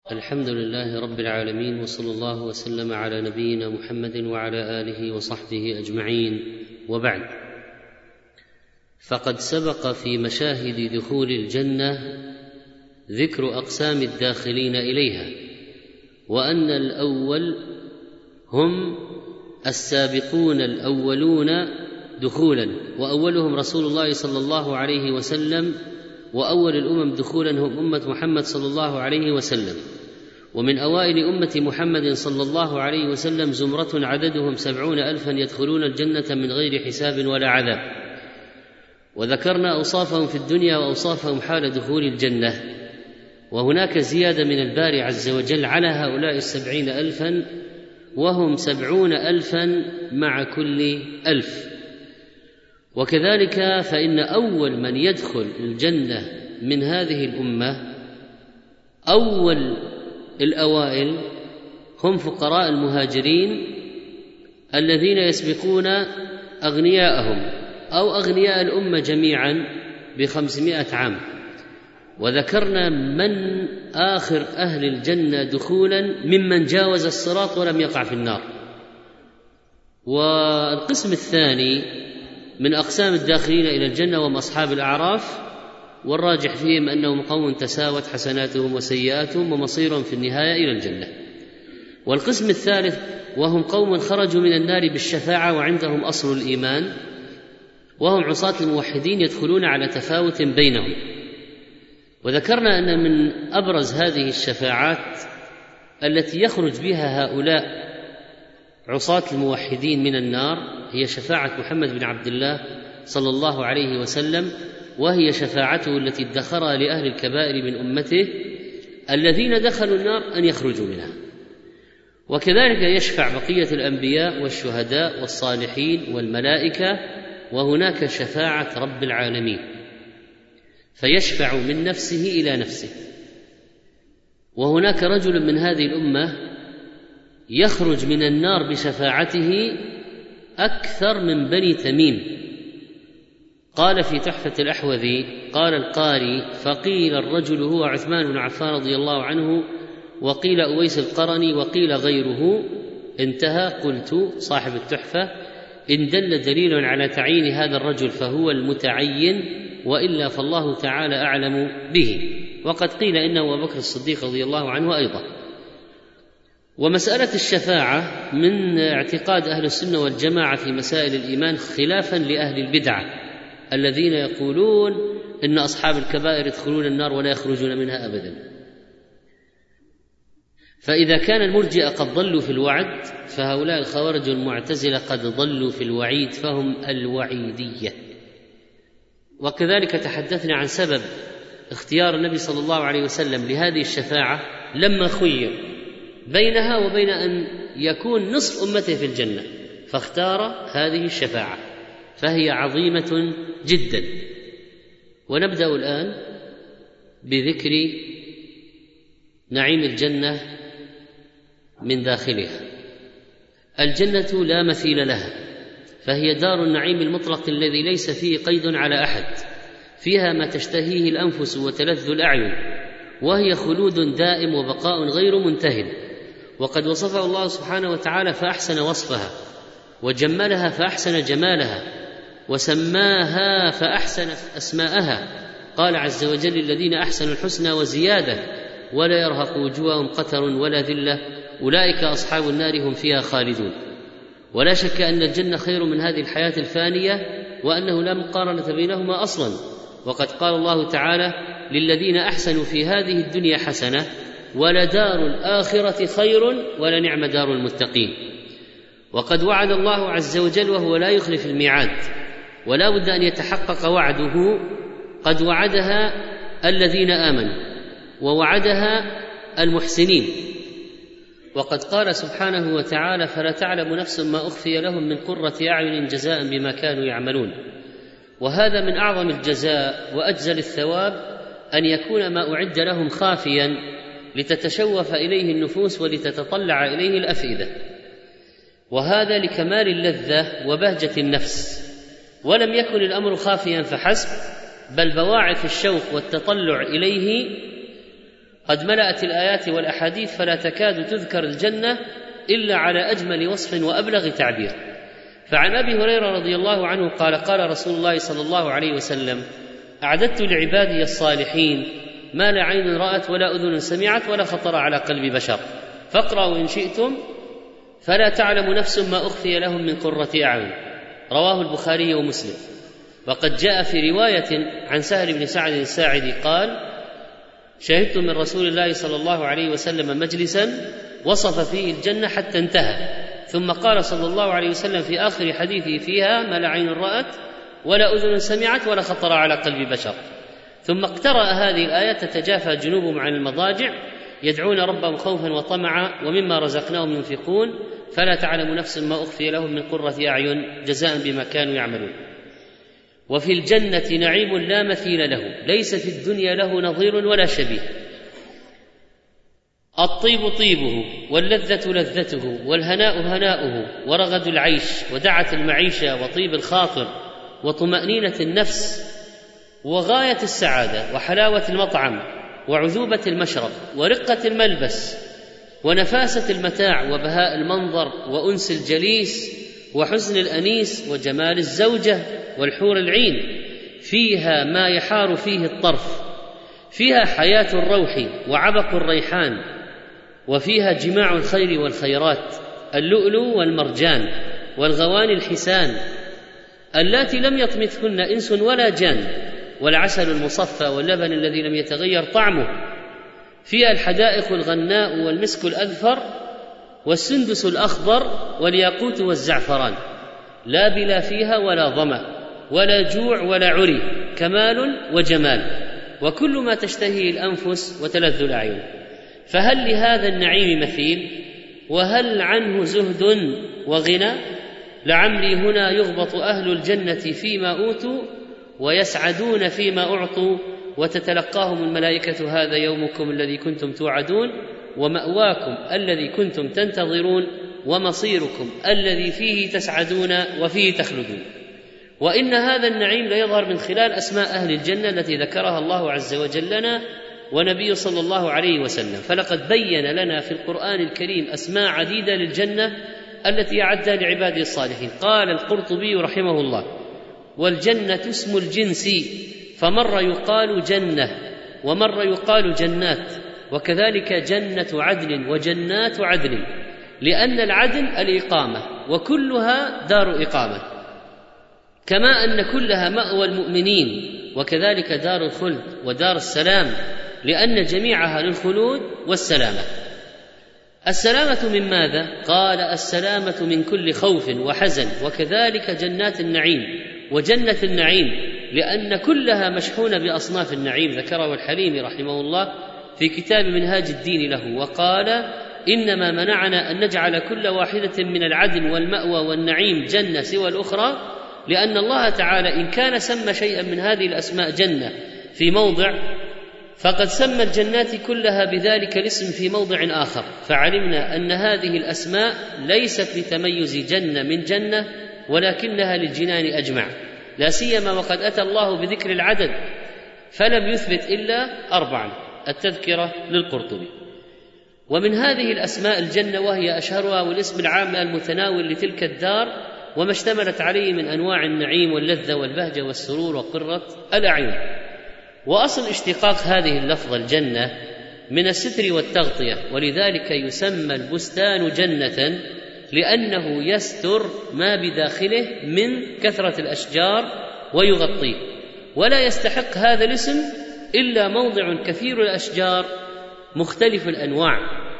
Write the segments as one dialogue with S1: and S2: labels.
S1: الحمد لله رب العالمين، وصلى الله وسلم على نبينا محمد وعلى آله وصحبه أجمعين، وبعد. فقد سبق في مشاهد دخول الجنة ذكر أقسام الداخلين إليها، وأن الأول هم السابقون الأولون دخولا، وأولهم رسول الله صلى الله عليه وسلم، وأول الأمم دخولا هم أمة محمد صلى الله عليه وسلم. ومن أوائل أمة محمد صلى الله عليه وسلم زمرة عددهم 70,000 يدخلون الجنة من غير حساب ولا عذاب، وذكرنا أوصافهم في الدنيا وأوصافهم حال دخول الجنة. وهناك زيادة من الباري عز وجل على هؤلاء 70,000، وهم 70,000 مع كل 1000. وكذلك فإن أول من يدخل الجنة من هذه الأمة، أول الأوائل هم فقراء المهاجرين الذين يسبقون أغنياءهم أو أغنياء الأمة جميعا ب500 عام. وذكرنا من آخر أهل الجنة دخولا ممن جاوز الصراط ولم يقع في النار. والقسم الثاني من أقسام الداخلين إلى الجنة وهم أصحاب الأعراف، والراجح فيهم أنهم قوم تساوت حسناتهم وسيئاتهم ومصيرهم في النهاية إلى الجنة. والقسم الثالث وهم قوم خرجوا من النار بالشفاعة وعندهم أصل الإيمان، وهم عصاة الموحدين يدخلون على تفاوت بينهم. وذكرنا أن من أبرز هذه الشفاعات التي يخرج بها هؤلاء عصاة الموحدين من النار هي شفاعة محمد بن عبد الله صلى الله عليه وسلم، وهي شفاعته التي ادخرها لأهل الكبائر من أمته الذين دخلوا النار أن يخرجوا منها. وكذلك يشفع بقية الأنبياء والشهداء والصالحين والملائكة، وهناك شفاعة رب العالمين فيشفع من نفسه إلى نفسه. وهناك رجل من هذه الأمة يخرج من النار بشفاعته أكثر من بني تميم. قال في تحفة الأحوذي، قال القاري: فقيل الرجل هو عثمان بن عفان رضي الله عنه، وقيل أويس القرني، وقيل غيره. انتهى. قلت صاحب التحفة: إن دل دليل على تعيين هذا الرجل فهو المتعين، وإلا فالله تعالى أعلم به. وقد قيل إنه أبو بكر الصديق رضي الله عنه أيضا. ومسألة الشفاعة من اعتقاد أهل السنة والجماعة في مسائل الإيمان، خلافا لأهل البدعة الذين يقولون إن أصحاب الكبائر يدخلون النار ولا يخرجون منها أبدا. فإذا كان المرجئة قد ضلوا في الوعد، فهؤلاء الخوارج والمعتزلة قد ضلوا في الوعيد، فهم الوعيدية. وكذلك تحدثنا عن سبب اختيار النبي صلى الله عليه وسلم لهذه الشفاعة لما خير بينها وبين أن يكون نصف أمته في الجنة، فاختار هذه الشفاعة، فهي عظيمة جدا. ونبدأ الآن بذكر نعيم الجنة من داخلها. الجنة لا مثيل لها، فهي دار النعيم المطلق الذي ليس فيه قيد على أحد، فيها ما تشتهيه الأنفس وتلذ الأعين، وهي خلود دائم وبقاء غير منتهٍ. وقد وصفها الله سبحانه وتعالى فأحسن وصفها، وجملها فأحسن جمالها، وسماها فأحسن أسماءها. قال عز وجل: الذين أحسنوا الحسنى وزيادة ولا يرهق وجوههم قتر ولا ذلة أولئك أصحاب النار هم فيها خالدون. ولا شك أن الجنة خير من هذه الحياة الفانية، وأنه لا مقارنة بينهما أصلا. وقد قال الله تعالى: للذين أحسنوا في هذه الدنيا حسنة ولدار الآخرة خير ولنعم دار المتقين. وقد وعد الله عز وجل وهو لا يخلف الميعاد، ولا بد أن يتحقق وعده. قد وعدها الذين آمنوا ووعدها المحسنين. وقد قال سبحانه وتعالى: فلا تعلم نفس ما أخفي لهم من قرة أعين جزاء بما كانوا يعملون. وهذا من أعظم الجزاء وأجزل الثواب، أن يكون ما أعد لهم خافيا لتتشوف إليه النفوس ولتتطلع إليه الأفئدة، وهذا لكمال اللذة وبهجة النفس. ولم يكن الأمر خافيا فحسب، بل بواعث الشوق والتطلع إليه قد ملأت الآيات والأحاديث فلا تكاد تذكر الجنة إلا على أجمل وصف وأبلغ تعبير. فعن أبي هريرة رضي الله عنه قال قال رسول الله صلى الله عليه وسلم: أعددت لعبادي الصالحين ما لا عين رأت ولا أذن سمعت ولا خطر على قلب بشر، فاقرأوا إن شئتم فلا تعلم نفس ما أخفي لهم من قرة أعين. رواه البخاري ومسلم. وقد جاء في رواية عن سهل بن سعد الساعدي قال: شهدت من رسول الله صلى الله عليه وسلم مجلسا وصف فيه الجنة حتى انتهى، ثم قال صلى الله عليه وسلم في آخر حديثه: فيها ما لا عين رأت ولا أذن سمعت ولا خطر على قلب بشر. ثم اقترأ هذه الآية: تتجافى جنوبهم عن المضاجع يدعون ربهم خوفا وطمعا ومما رزقناهم ينفقون فلا تعلم نفس ما أخفي لهم من قرة أعين جزاء بما كانوا يعملون. وفي الجنة نعيم لا مثيل له ليس في الدنيا له نظير ولا شبيه. الطيب طيبه واللذة لذته والهناء هناؤه ورغد العيش ودعة المعيشة وطيب الخاطر وطمأنينة النفس وغاية السعادة وحلاوة المطعم وعذوبة المشرب ورقة الملبس ونفاسة المتاع وبهاء المنظر وأنس الجليس وحسن الأنيس وجمال الزوجة والحور العين. فيها ما يحار فيه الطرف، فيها حياة الروح وعبق الريحان، وفيها جماع الخير والخيرات، اللؤلؤ والمرجان والغواني الحسان اللاتي لم يطمثهن إنس ولا جان، والعسل المصفى واللبن الذي لم يتغير طعمه. فيها الحدائق الغناء والمسك الأذفر والسندس الأخضر والياقوت والزعفران، لا بلا فيها ولا ظمأ ولا جوع ولا عري، كمال وجمال وكل ما تشتهيه الأنفس وتلذ الأعين. فهل لهذا النعيم مثيل؟ وهل عنه زهد وغنى؟ لعمري هنا يغبط أهل الجنة فيما أوتوا ويسعدون فيما أعطوا، وتتلقاهم الملائكة: هذا يومكم الذي كنتم توعدون، ومأواكم الذي كنتم تنتظرون، ومصيركم الذي فيه تسعدون وفيه تخلدون. وإن هذا النعيم ليظهر من خلال أسماء أهل الجنة التي ذكرها الله عز وجل لنا ونبي صلى الله عليه وسلم. فلقد بين لنا في القرآن الكريم أسماء عديدة للجنة التي أعدها لعباده الصالحين. قال القرطبي رحمه الله: والجنة اسم الجنس، فمر يقال جنة ومر يقال جنات، وكذلك جنة عدن وجنات عدن، لأن العدن الإقامة وكلها دار إقامة، كما أن كلها مأوى المؤمنين، وكذلك دار الخلد ودار السلام، لأن جميعها للخلود والسلامة. السلامة من ماذا؟ قال: السلامة من كل خوف وحزن، وكذلك جنات النعيم وجنة النعيم، لأن كلها مشحونة بأصناف النعيم. ذكره الحليمي رحمه الله في كتاب منهاج الدين له، وقال: إنما منعنا أن نجعل كل واحدة من العدن والمأوى والنعيم جنة سوى الأخرى، لأن الله تعالى إن كان سمى شيئا من هذه الأسماء جنة في موضع، فقد سمى الجنات كلها بذلك الاسم في موضع آخر، فعلمنا أن هذه الأسماء ليست لتميز جنة من جنة، ولكنها للجنان أجمع، لا سيما وقد أتى الله بذكر العدد فلم يثبت إلا 4. التذكرة للقرطبي. ومن هذه الأسماء الجنة، وهي أشهرها والاسم العام المتناول لتلك الدار وما اشتملت عليه من أنواع النعيم واللذة والبهجة والسرور وقرة الأعين. وأصل اشتقاق هذه اللفظة الجنة من الستر والتغطية، ولذلك يسمى البستان جنة، لأنه يستر ما بداخله من كثرة الأشجار ويغطيه، ولا يستحق هذا الاسم إلا موضع كثير الأشجار مختلف الأنواع.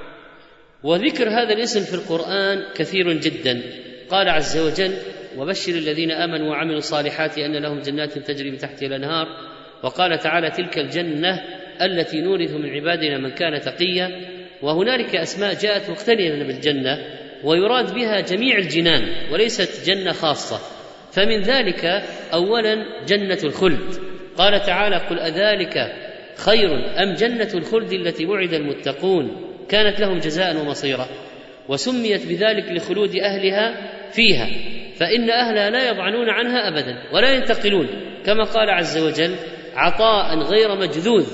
S1: وذكر هذا الاسم في القرآن كثير جدا. قال عز وجل: وبشر الذين آمنوا وعملوا الصالحات أن لهم جنات تجري من تحتها الأنهار. وقال تعالى: تلك الجنة التي نورث من عبادنا من كان تقيا. وهنالك أسماء جاءت مقترنة بالجنة ويراد بها جميع الجنان وليست جنة خاصة، فمن ذلك أولا جنة الخلد. قال تعالى: قل أذلك خير أم جنة الخلد التي وعد المتقون كانت لهم جزاء ومصيرا. وسميت بذلك لخلود أهلها فيها، فإن أهلها لا يضعنون عنها أبدا ولا ينتقلون، كما قال عز وجل: عطاء غير مجذوذ.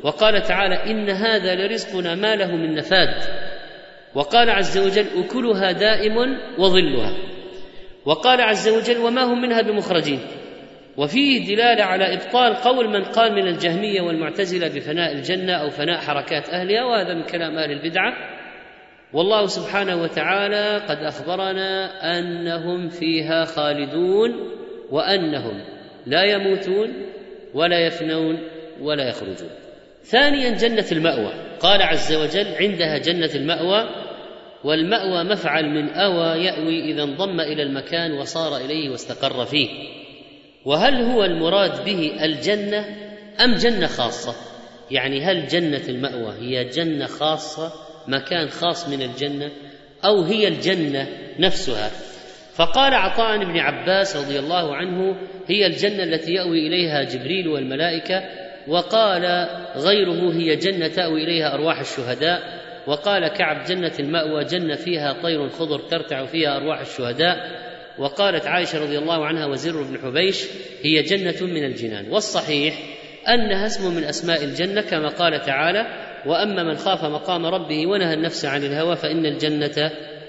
S1: وقال تعالى: إن هذا لرزقنا ما له من نفاد. وقال عز وجل: أكلها دائم وظلها. وقال عز وجل: وما هم منها بمخرجين. وفيه دلالة على إبطال قول من قال من الجهمية والمعتزلة بفناء الجنة أو فناء حركات أهلها، وهذا من كلام أهل البدعة. والله سبحانه وتعالى قد أخبرنا أنهم فيها خالدون، وأنهم لا يموتون ولا يفنون ولا يخرجون. ثانيا جنة المأوى، قال عز وجل: عندها جنة المأوى. والمأوى مفعل من أوى يأوي إذا انضم إلى المكان وصار إليه واستقر فيه. وهل هو المراد به الجنة أم جنة خاصة؟ يعني هل جنة المأوى هي جنة خاصة، مكان خاص من الجنة، أو هي الجنة نفسها؟ فقال عطاء بن عباس رضي الله عنه: هي الجنة التي يأوي إليها جبريل والملائكة. وقال غيره: هي جنة تأوي إليها أرواح الشهداء. وقال كعب: جنة المأوى جنة فيها طير خضر ترتع فيها أرواح الشهداء. وقالت عائشة رضي الله عنها وزر بن حبيش: هي جنة من الجنان. والصحيح أنها اسم من أسماء الجنة، كما قال تعالى: وأما من خاف مقام ربه ونهى النفس عن الهوى فإن الجنة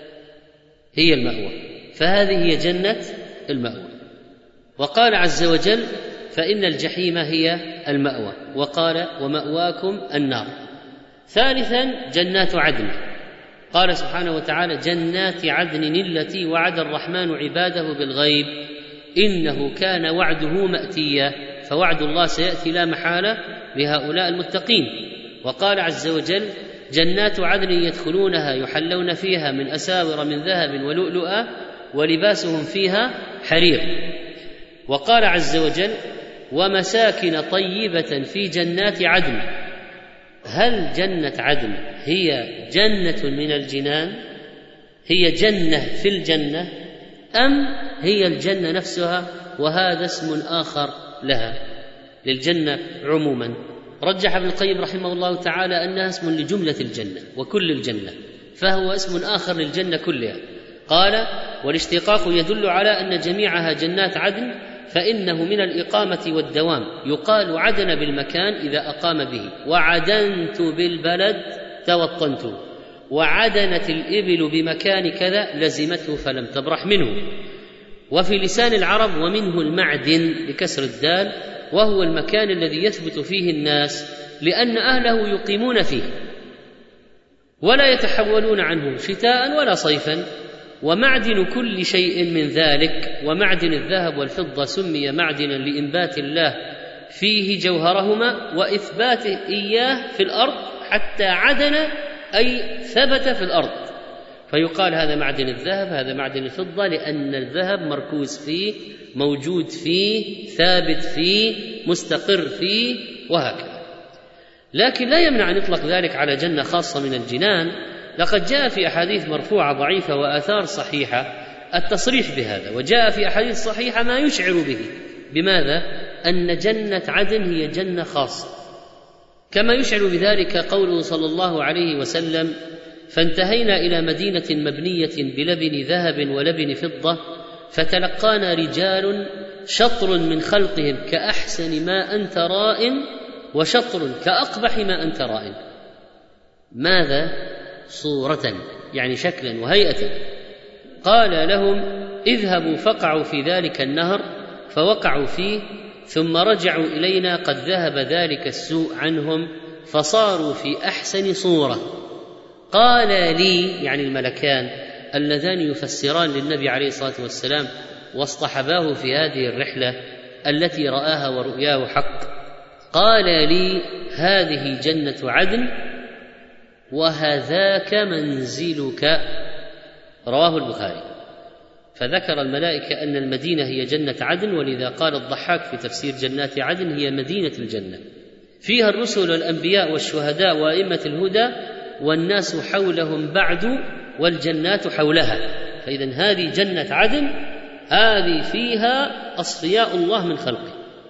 S1: هي المأوى. فهذه هي جنة المأوى. وقال عز وجل: فإن الجحيم هي المأوى. وقال: ومأواكم النار. ثالثا جنات عدن، قال سبحانه وتعالى: جنات عدن التي وعد الرحمن عباده بالغيب إنه كان وعده مأتيا. فوعد الله سيأتي لا محالة لهؤلاء المتقين. وقال عز وجل: جنات عدن يدخلونها يحلون فيها من أساور من ذهب ولؤلؤا ولباسهم فيها حرير. وقال عز وجل: ومساكن طيبة في جنات عدن. هل جنة عدن هي جنة من الجنان، هي جنة في الجنة، أم هي الجنة نفسها وهذا اسم آخر لها للجنة عموما؟ رجح ابن القيم رحمه الله تعالى أنها اسم لجملة الجنة وكل الجنة، فهو اسم آخر للجنة كلها. قال: والاشتقاق يدل على أن جميعها جنات عدن، فإنه من الإقامة والدوام. يقال عدن بالمكان إذا أقام به، وعدنت بالبلد توطنت، وعدنت الإبل بمكان كذا لزمته فلم تبرح منه. وفي لسان العرب: ومنه المعدن بكسر الدال، وهو المكان الذي يثبت فيه الناس لأن أهله يقيمون فيه ولا يتحولون عنه شتاء ولا صيفا. ومعدن كل شيء من ذلك. ومعدن الذهب والفضة سمي معدنا لإنبات الله فيه جوهرهما وإثباته إياه في الأرض، حتى عدن أي ثبت في الأرض، فيقال هذا معدن الذهب، هذا معدن الفضة، لأن الذهب مركوز فيه، موجود فيه، ثابت فيه، مستقر فيه، وهكذا. لكن لا يمنع أن يطلق ذلك على جنة خاصة من الجنان. لقد جاء في أحاديث مرفوعة ضعيفة وآثار صحيحة التصريح بهذا، وجاء في أحاديث صحيحة ما يشعر به. بماذا؟ أن جنة عدن هي جنة خاصة، كما يشعر بذلك قوله صلى الله عليه وسلم: فانتهينا إلى مدينة مبنية بلبن ذهب ولبن فضة، فتلقانا رجال شطر من خلقهم كأحسن ما أنت رائن، وشطر كأقبح ما أنت رائن. ماذا؟ صورة، يعني شكلا وهيئة. قال لهم: اذهبوا فقعوا في ذلك النهر، فوقعوا فيه، ثم رجعوا إلينا قد ذهب ذلك السوء عنهم، فصاروا في أحسن صورة. قال لي، يعني الملكان اللذان يفسران للنبي عليه الصلاة والسلام واصطحباه في هذه الرحلة التي رآها ورؤياه حق، قال لي: هذه جنة عدن وهذاك منزلك. رواه البخاري. فذكر الملائكة أن المدينة هي جنة عدن، ولذا قال الضحاك في تفسير جنات عدن: هي مدينة الجنة، فيها الرسل والأنبياء والشهداء وأئمة الهدى، والناس حولهم بعد، والجنات حولها. فإذن هذه جنة عدن، هذه فيها أصفياء الله من خلقه،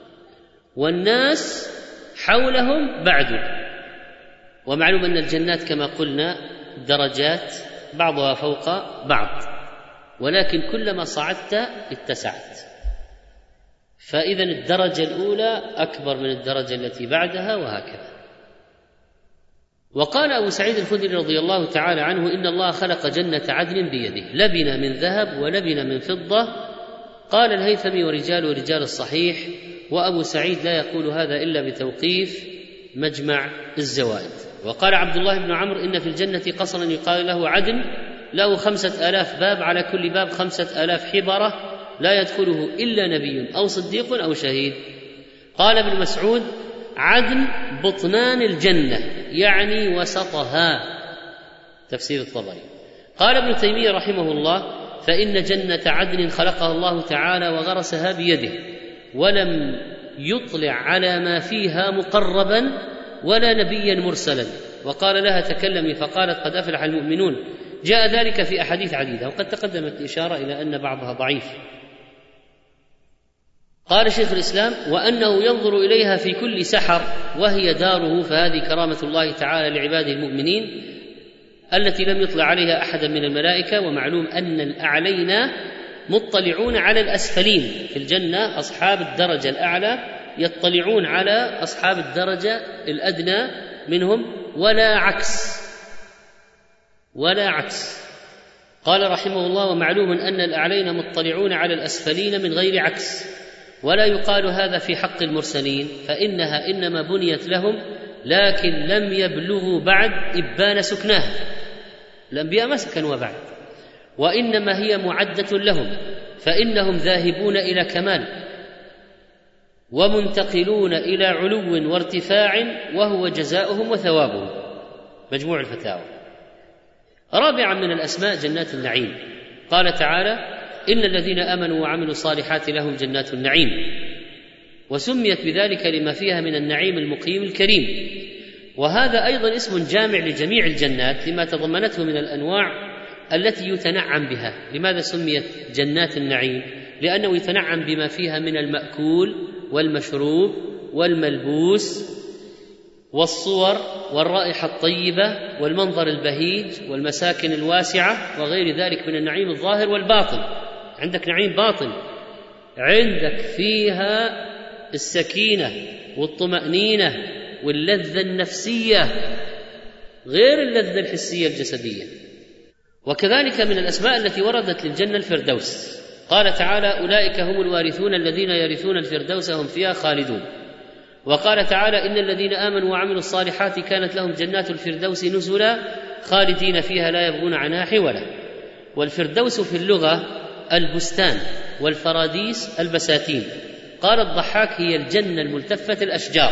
S1: والناس حولهم بعد. ومعلوم أن الجنات كما قلنا درجات بعضها فوق بعض، ولكن كلما صعدت اتسعت. فإذا الدرجة الأولى أكبر من الدرجة التي بعدها، وهكذا. وقال أبو سعيد الخدري رضي الله تعالى عنه: إن الله خلق جنة عدن بيده، لبن من ذهب ولبن من فضة. قال الهيثمي: ورجال الصحيح. وأبو سعيد لا يقول هذا إلا بتوقيف مجمع الزوائد. وقال عبد الله بن عمرو: إن في الجنة قصرا يقال له عدن، له 5000 باب، على كل باب 5000 حبرة، لا يدخله إلا نبي أو صديق أو شهيد. قال ابن مسعود: عدن بطنان الجنة، يعني وسطها. تفسير الطبري. قال ابن تيمية رحمه الله: فإن جنة عدن خلقها الله تعالى وغرسها بيده، ولم يطلع على ما فيها مقربا ولا نبيا مرسلا، وقال لها: تكلمي، فقالت: قد أفلح المؤمنون. جاء ذلك في أحاديث عديدة، وقد تقدمت الإشارة إلى أن بعضها ضعيف. قال شيخ الإسلام: وأنه ينظر إليها في كل سحر وهي داره، فهذه كرامة الله تعالى لعباده المؤمنين التي لم يطلع عليها أحدا من الملائكة. ومعلوم أن الأعلين مطلعون على الأسفلين في الجنة، أصحاب الدرجة الأعلى يطلعون على أصحاب الدرجة الأدنى منهم، ولا عكس. قال رحمه الله: ومعلوم أن الأعلين مطلعون على الأسفلين من غير عكس، ولا يقال هذا في حق المرسلين، فإنها إنما بنيت لهم، لكن لم يبلغوا بعد إبان سكناها. الأنبياء ما سكنوا بعد، وإنما هي معدة لهم، فإنهم ذاهبون إلى كمال ومنتقلون إلى علو وارتفاع، وهو جزاؤهم وثوابهم. مجموع الفتاوى. رابعا من الأسماء جنات النعيم. قال تعالى: إن الذين آمنوا وعملوا الصالحات لهم جنات النعيم، وسميت بذلك لما فيها من النعيم المقيم الكريم. وهذا أيضا اسم جامع لجميع الجنات لما تضمنته من الأنواع التي يتنعم بها. لماذا سميت جنات النعيم؟ لأنه يتنعم بما فيها من المأكول والمشروب والملبوس والصور والرائحة الطيبة والمنظر البهيج والمساكن الواسعة وغير ذلك من النعيم الظاهر والباطن. عندك نعيم باطن، عندك فيها السكينة والطمأنينة واللذة النفسية غير اللذة الحسية الجسدية. وكذلك من الأسماء التي وردت للجنة الفردوس. قال تعالى: أولئك هم الوارثون الذين يرثون الفردوس هم فيها خالدون. وقال تعالى: إن الذين آمنوا وعملوا الصالحات كانت لهم جنات الفردوس نزلا خالدين فيها لا يبغون عنها حولا. والفردوس في اللغة البستان، والفراديس البساتين. قال الضحاك: هي الجنة الملتفة الأشجار.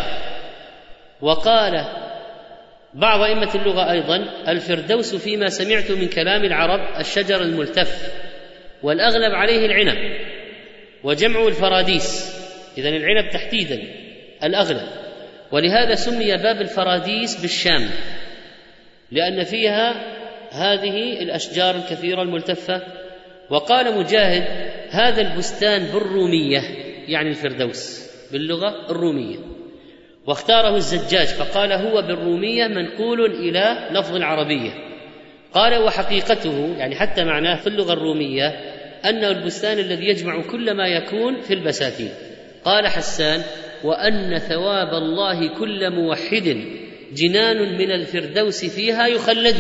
S1: وقال بعض أئمة اللغة أيضا: الفردوس فيما سمعت من كلام العرب الشجر الملتف، والأغلب عليه العنب، وجمع الفراديس، إذن العنب تحديدا الأغلب. ولهذا سمي باب الفراديس بالشام، لأن فيها هذه الأشجار الكثيرة الملتفة. وقال مجاهد: هذا البستان بالرومية، يعني الفردوس باللغة الرومية. واختاره الزجاج فقال: هو بالرومية منقول إلى لفظ العربية. قال: وحقيقته، يعني حتى معناه في اللغة الرومية، أنه البستان الذي يجمع كل ما يكون في البساتين. قال حسان: وأن ثواب الله كل موحد جنان من الفردوس فيها يخلد.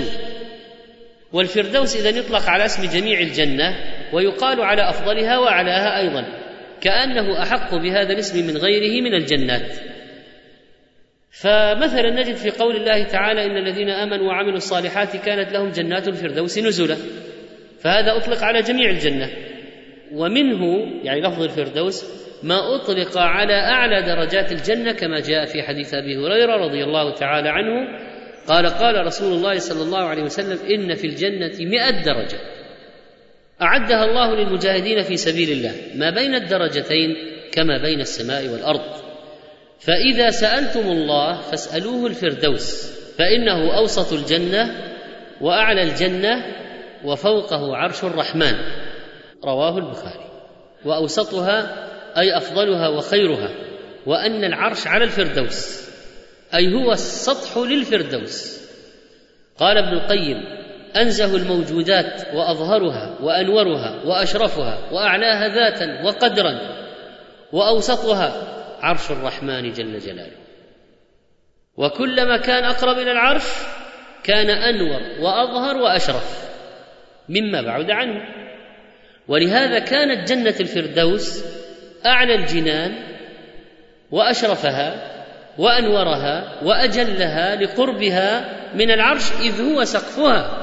S1: والفردوس إذن يطلق على اسم جميع الجنة، ويقال على أفضلها وأعلاها أيضا، كأنه أحق بهذا الاسم من غيره من الجنات. فمثلا نجد في قول الله تعالى: إن الذين آمنوا وعملوا الصالحات كانت لهم جنات الفردوس نزلا، فهذا أطلق على جميع الجنة. ومنه يعني لفظ الفردوس ما أطلق على أعلى درجات الجنة، كما جاء في حديث أبي هريرة رضي الله تعالى عنه قال: قال رسول الله صلى الله عليه وسلم: إن في الجنة 100 درجة أعدها الله للمجاهدين في سبيل الله، ما بين الدرجتين كما بين السماء والأرض. فإذا سألتم الله فاسألوه الفردوس، فإنه أوسط الجنة وأعلى الجنة وفوقه عرش الرحمن. رواه البخاري. وأوسطها أي أفضلها وخيرها، وأن العرش على الفردوس، أي هو السطح للفردوس. قال ابن القيم: أنزه الموجودات وأظهرها وأنورها وأشرفها وأعلاها ذاتا وقدرا، وأوسطها عرش الرحمن جل جلاله. وكلما كان أقرب إلى العرش كان أنور وأظهر وأشرف مما بعد عنه. ولهذا كانت جنة الفردوس أعلى الجنان وأشرفها وأنورها وأجلها لقربها من العرش إذ هو سقفها،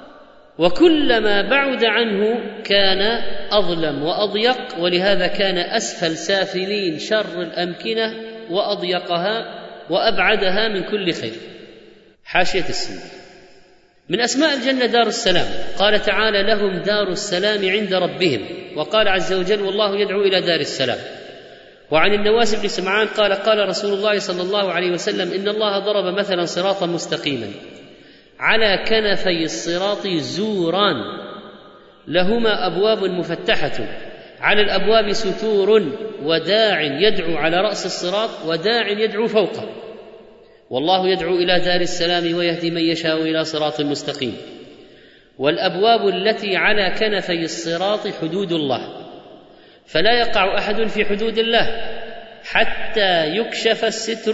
S1: وكلما بعد عنه كان أظلم وأضيق، ولهذا كان أسفل سافلين شر الأمكنة وأضيقها وأبعدها من كل خير. حاشية السنة. من أسماء الجنة دار السلام، قال تعالى: لهم دار السلام عند ربهم، وقال عز وجل: والله يدعو إلى دار السلام. وعن النواس بن سمعان قال: قال رسول الله صلى الله عليه وسلم: إن الله ضرب مثلا صراطا مستقيما على كنفي الصراط زوران لهما أبواب مفتحة، على الأبواب ستور، وداع يدعو على رأس الصراط وداع يدعو فوقه، والله يدعو إلى دار السلام ويهدي من يشاء إلى صراط مستقيم. والأبواب التي على كنفي الصراط حدود الله، فلا يقع أحد في حدود الله حتى يكشف الستر،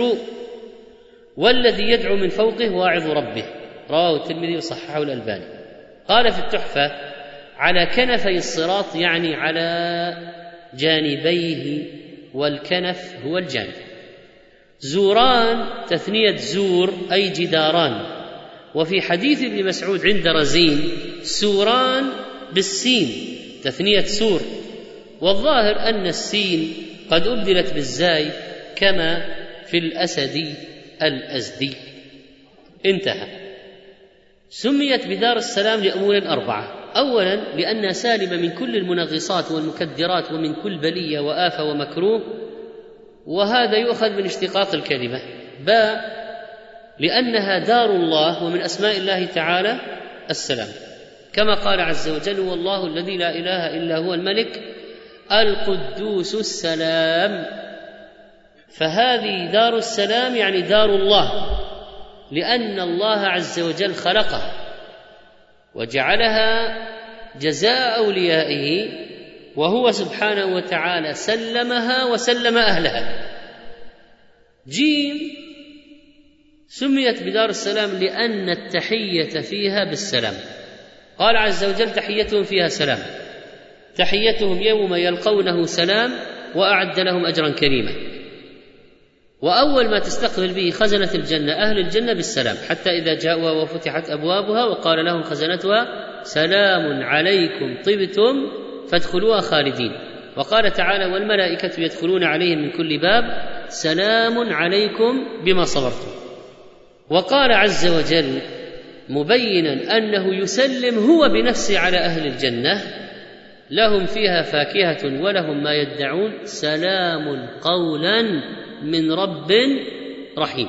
S1: والذي يدعو من فوقه واعظ ربه، رواه الترمذي وصححه الألباني. قال في التحفة: على كنفي الصراط يعني على جانبيه، والكنف هو الجانب. زوران تثنية زور أي جداران، وفي حديث ابن مسعود عند رزين: سوران بالسين تثنية سور، والظاهر أن السين قد أبدلت بالزاي كما في الأسدي الأزدي. انتهى. سميت بدار السلام لأمور 4: أولا لأنها سالمة من كل المنغصات والمكدرات ومن كل بلية وآفة ومكروه، وهذا يؤخذ من اشتقاق الكلمة. باء لأنها دار الله، ومن أسماء الله تعالى السلام، كما قال عز وجل: والله الذي لا إله إلا هو الملك القدوس السلام. فهذه دار السلام يعني دار الله، لأن الله عز وجل خلقها وجعلها جزاء أوليائه، وهو سبحانه وتعالى سلمها وسلم أهلها. جيم سميت بدار السلام لأن التحية فيها بالسلام، قال عز وجل: تحيتهم فيها سلام، تحيتهم يوم يلقونه سلام، وأعد لهم أجرا كريما. وأول ما تستقبل به خزنة الجنة أهل الجنة بالسلام، حتى إذا جاءوها وفتحت أبوابها وقال لهم خزنتها: سلام عليكم طبتم فادخلوها خالدين. وقال تعالى: والملائكة يدخلون عليهم من كل باب سلام عليكم بما صبرتم. وقال عز وجل مبينا أنه يسلم هو بنفسه على أهل الجنة: لهم فيها فاكهة ولهم ما يدعون سلام قولا من رب رحيم.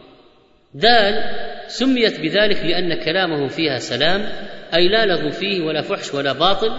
S1: دال سميت بذلك لأن كلامهم فيها سلام، أي لا لغو فيه ولا فحش ولا باطل،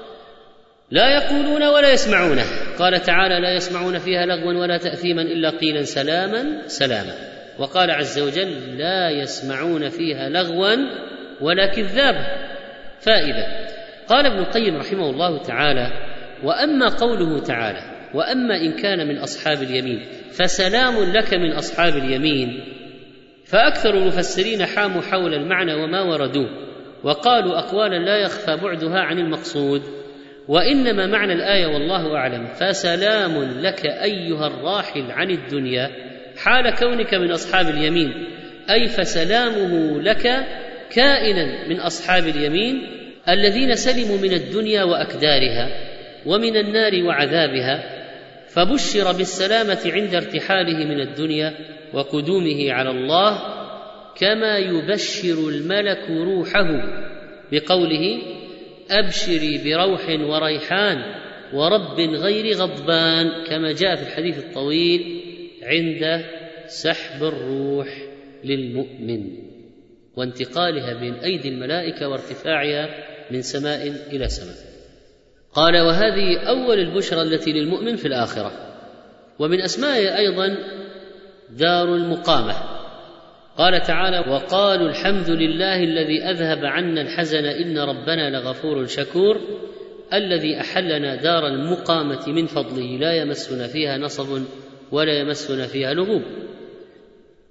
S1: لا يقولون ولا يسمعونه. قال تعالى: لا يسمعون فيها لغوا ولا تأثيما إلا قيلا سلاما سلاما. وقال عز وجل: لا يسمعون فيها لغوا ولا كذابا. فائدة. قال ابن القيم رحمه الله تعالى: وأما قوله تعالى: وأما إن كان من أصحاب اليمين فسلام لك من أصحاب اليمين، فأكثر المفسرين حاموا حول المعنى وما وردوه، وقالوا أقوالا لا يخفى بعدها عن المقصود، وإنما معنى الآية والله أعلم: فسلام لك أيها الراحل عن الدنيا حال كونك من أصحاب اليمين، أي فسلامه لك كائنا من أصحاب اليمين الذين سلموا من الدنيا وأكدارها ومن النار وعذابها، فبشر بالسلامة عند ارتحاله من الدنيا وقدومه على الله، كما يبشر الملك روحه بقوله: أبشري بروح وريحان ورب غير غضبان، كما جاء في الحديث الطويل عند سحب الروح للمؤمن وانتقالها بين أيدي الملائكة وارتفاعها من سماء إلى سماء. قال: وهذه أول البشرى التي للمؤمن في الآخرة. ومن أسمائها أيضا دار المقامة، قال تعالى: وقالوا الحمد لله الذي أذهب عنا الحزن إن ربنا لغفور شكور، الذي أحلنا دار المقامة من فضله لا يمسنا فيها نصب ولا يمسنا فيها لغوب.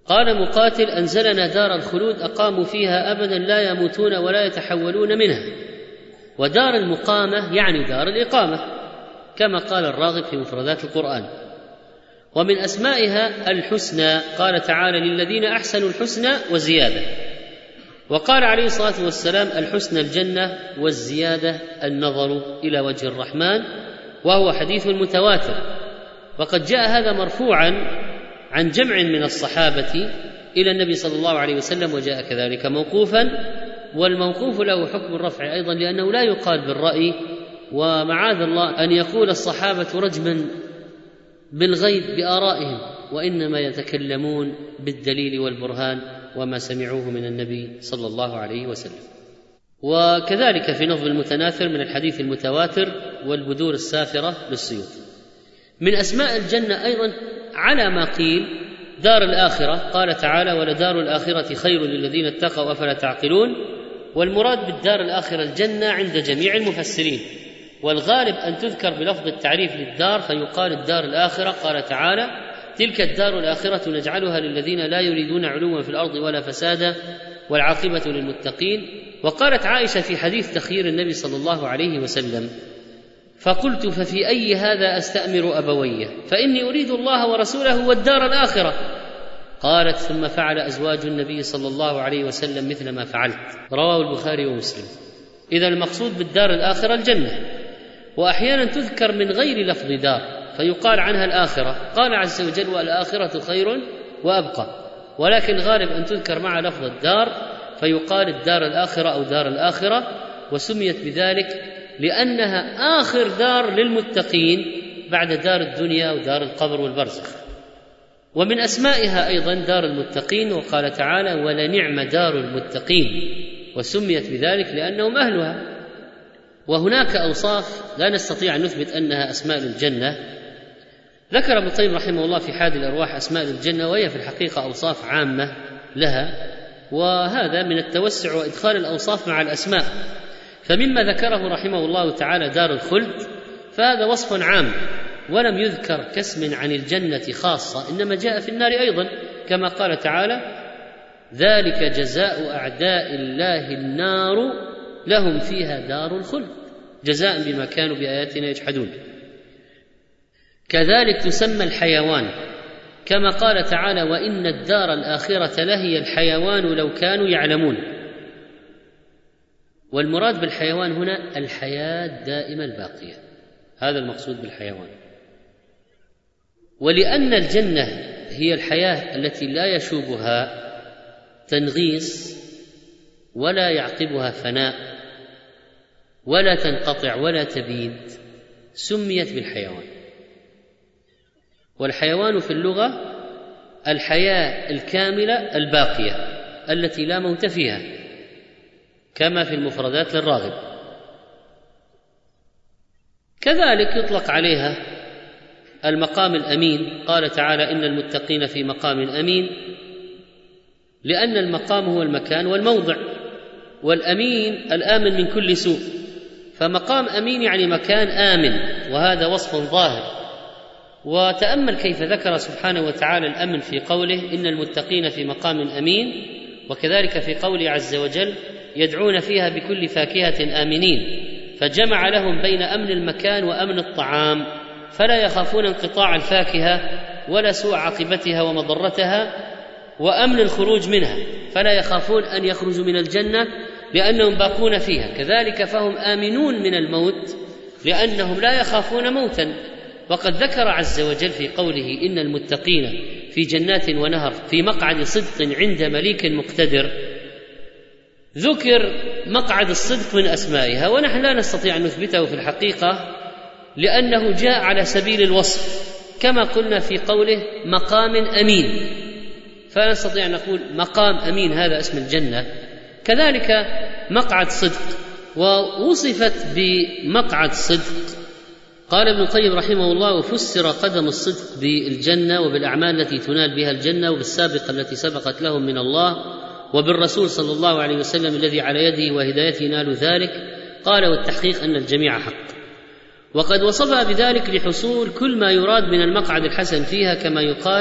S1: قال مقاتل: أنزلنا دار الخلود أقاموا فيها أبدا لا يموتون ولا يتحولون منها. ودار المقامة يعني دار الإقامة، كما قال الراغب في مفردات القرآن. ومن أسمائها الحسنى، قال تعالى: للذين أحسنوا الحسنى وزيادة. وقال عليه الصلاة والسلام: الحسنى الجنة والزيادة النظر إلى وجه الرحمن، وهو حديث متواتر. وقد جاء هذا مرفوعا عن جمع من الصحابة إلى النبي صلى الله عليه وسلم، وجاء كذلك موقوفا، والموقوف له حكم الرفع أيضا، لأنه لا يقال بالرأي، ومعاذ الله أن يقول الصحابة رجما بالغيب بآرائهم، وإنما يتكلمون بالدليل والبرهان وما سمعوه من النبي صلى الله عليه وسلم. وكذلك في نظم المتناثر من الحديث المتواتر والبدور السافرة للسيوطي. من أسماء الجنة أيضا على ما قيل دار الآخرة، قال تعالى: ولدار الآخرة خير للذين اتقوا أفلا تعقلون. والمراد بالدار الآخرة الجنة عند جميع المفسرين، والغالب أن تذكر بلفظ التعريف للدار فيقال الدار الآخرة. قال تعالى: تلك الدار الآخرة نجعلها للذين لا يريدون علوا في الأرض ولا فسادا والعاقبة للمتقين. وقالت عائشة في حديث تخيير النبي صلى الله عليه وسلم: فقلت: ففي أي هذا أستأمر أبوي؟ فإني أريد الله ورسوله والدار الآخرة. قالت: ثم فعل أزواج النبي صلى الله عليه وسلم مثل ما فعلت. رواه البخاري ومسلم. إذا المقصود بالدار الآخرة الجنة، وأحيانا تذكر من غير لفظ دار فيقال عنها الآخرة. قال عز وجل: والآخرة خير وأبقى، ولكن غالب أن تذكر مع لفظ الدار فيقال الدار الآخرة أو دار الآخرة، وسميت بذلك لأنها آخر دار للمتقين بعد دار الدنيا ودار القبر والبرزخ. ومن أسمائها أيضا دار المتقين، وقال تعالى: ولنعم دار المتقين، وسميت بذلك لأنهم أهلها. وهناك أوصاف لا نستطيع أن نثبت أنها أسماء للجنة. ذكر ابن القيم رحمه الله في حاد الأرواح أسماء للجنة، وهي في الحقيقة أوصاف عامة لها، وهذا من التوسع وإدخال الأوصاف مع الأسماء. فمما ذكره رحمه الله تعالى دار الخلد، فهذا وصف عام ولم يذكر كاسم عن الجنة خاصة، إنما جاء في النار أيضا، كما قال تعالى: ذلك جزاء أعداء الله النار لهم فيها دار الخلد جزاء بما كانوا بآياتنا يجحدون. كذلك تسمى الحيوان، كما قال تعالى: وإن الدار الآخرة لهي الحيوان لو كانوا يعلمون. والمراد بالحيوان هنا الحياة الدائمة الباقية، هذا المقصود بالحيوان. ولأن الجنة هي الحياة التي لا يشوبها تنغيص ولا يعقبها فناء ولا تنقطع ولا تبيد، سميت بالحيوان. والحيوان في اللغة الحياة الكاملة الباقية التي لا موت فيها، كما في المفردات للراغب. كذلك يطلق عليها المقام الأمين، قال تعالى: إن المتقين في مقام أمين، لأن المقام هو المكان والموضع، والأمين الآمن من كل سوء، فمقام أمين يعني مكان آمن، وهذا وصف ظاهر. وتأمل كيف ذكر سبحانه وتعالى الأمن في قوله: إن المتقين في مقام أمين، وكذلك في قوله عز وجل: يدعون فيها بكل فاكهة آمنين، فجمع لهم بين أمن المكان وأمن الطعام، فلا يخافون انقطاع الفاكهة ولا سوء عاقبتها ومضرتها، وأمن الخروج منها، فلا يخافون أن يخرجوا من الجنة لأنهم باقون فيها. كذلك فهم آمنون من الموت لأنهم لا يخافون موتا. وقد ذكر عز وجل في قوله: إن المتقين في جنات ونهر في مقعد صدق عند مليك مقتدر، ذكر مقعد الصدق من أسمائها، ونحن لا نستطيع أن نثبته في الحقيقة لأنه جاء على سبيل الوصف، كما قلنا في قوله مقام أمين، فلا نستطيع أن نقول مقام أمين هذا اسم الجنة. كذلك مقعد صدق، ووصفت بمقعد صدق. قال ابن القيم رحمه الله: وفسر قدم الصدق بالجنة وبالأعمال التي تنال بها الجنة، وبالسابقة التي سبقت لهم من الله، وبالرسول صلى الله عليه وسلم الذي على يده وهدايته نالوا ذلك. قال: والتحقيق أن الجميع حق. وقد وصفها بذلك لحصول كل ما يراد من المقعد الحسن فيها، كما يقال: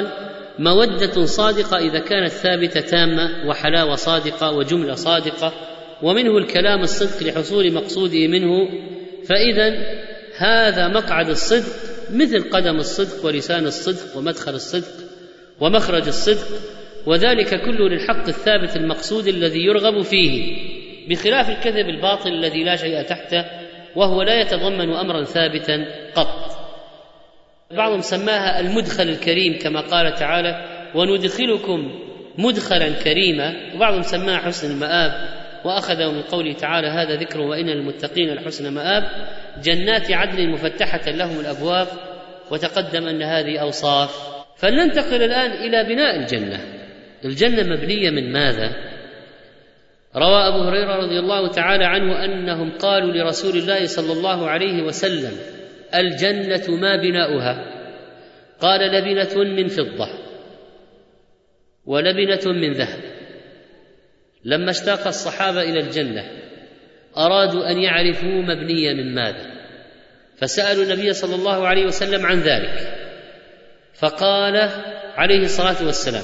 S1: مودة صادقة إذا كانت ثابتة تامة، وحلاوة صادقة، وجملة صادقة، ومنه الكلام الصدق لحصول مقصوده منه. فإذا هذا مقعد الصدق مثل قدم الصدق ولسان الصدق ومدخل الصدق ومخرج الصدق، وذلك كله للحق الثابت المقصود الذي يرغب فيه، بخلاف الكذب الباطل الذي لا شيء تحته وهو لا يتضمن أمرا ثابتا قط. بعضهم سماها المدخل الكريم كما قال تعالى وندخلكم مدخلا كريما، وبعضهم سماها حسن المآب، وأخذوا من قوله تعالى هذا ذكر وإن للمتقين لحسن مآب، جنات عدن مفتحة لهم الأبواب، وتقدم أن هذه أوصاف. فلننتقل الآن إلى بناء الجنة. الجنة مبنية من ماذا؟ روى أبو هريرة رضي الله تعالى عنه أنهم قالوا لرسول الله صلى الله عليه وسلم الجنة ما بناؤها؟ قال لبنة من فضة ولبنة من ذهب. لما اشتاق الصحابة إلى الجنة أرادوا أن يعرفوا مبنية من ماذا، فسألوا النبي صلى الله عليه وسلم عن ذلك، فقال عليه الصلاة والسلام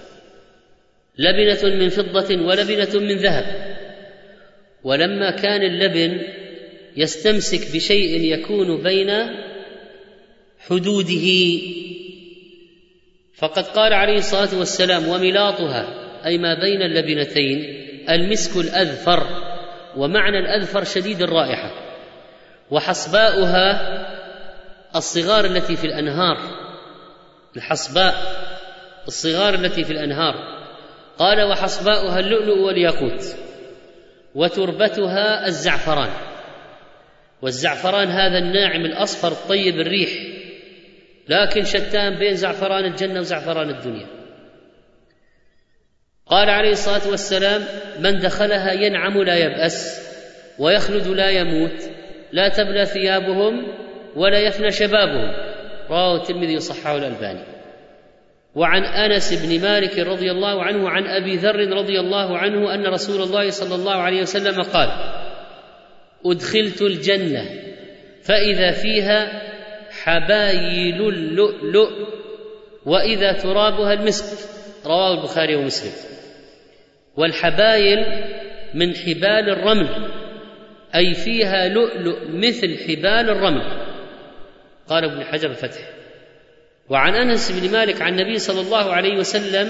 S1: لبنة من فضة ولبنة من ذهب. ولما كان اللبن يستمسك بشيء يكون بين حدوده، فقد قال عليه الصلاة والسلام وملاطها أي ما بين اللبنتين المسك الأذفر، ومعنى الأذفر شديد الرائحة، وحصباؤها الصغار التي في الأنهار، الحصباء الصغار التي في الأنهار. قال وحصباؤها اللؤلؤ والياقوت، وتربتها الزعفران، والزعفران هذا الناعم الأصفر الطيب الريح، لكن شتان بين زعفران الجنة وزعفران الدنيا. قال عليه الصلاة والسلام من دخلها ينعم لا يبأس ويخلد لا يموت، لا تبلى ثيابهم ولا يفنى شبابهم. رواه الترمذي وصححه الألباني. وعن أنس بن مالك رضي الله عنه عن أبي ذر رضي الله عنه أن رسول الله صلى الله عليه وسلم قال أدخلت الجنة فإذا فيها حبايل اللؤلؤ وإذا ترابها المسك. رواه البخاري ومسلم. والحبايل من حبال الرمل، أي فيها لؤلؤ مثل حبال الرمل، قال ابن حجر الفتح. وعن أنس بن مالك عن النبي صلى الله عليه وسلم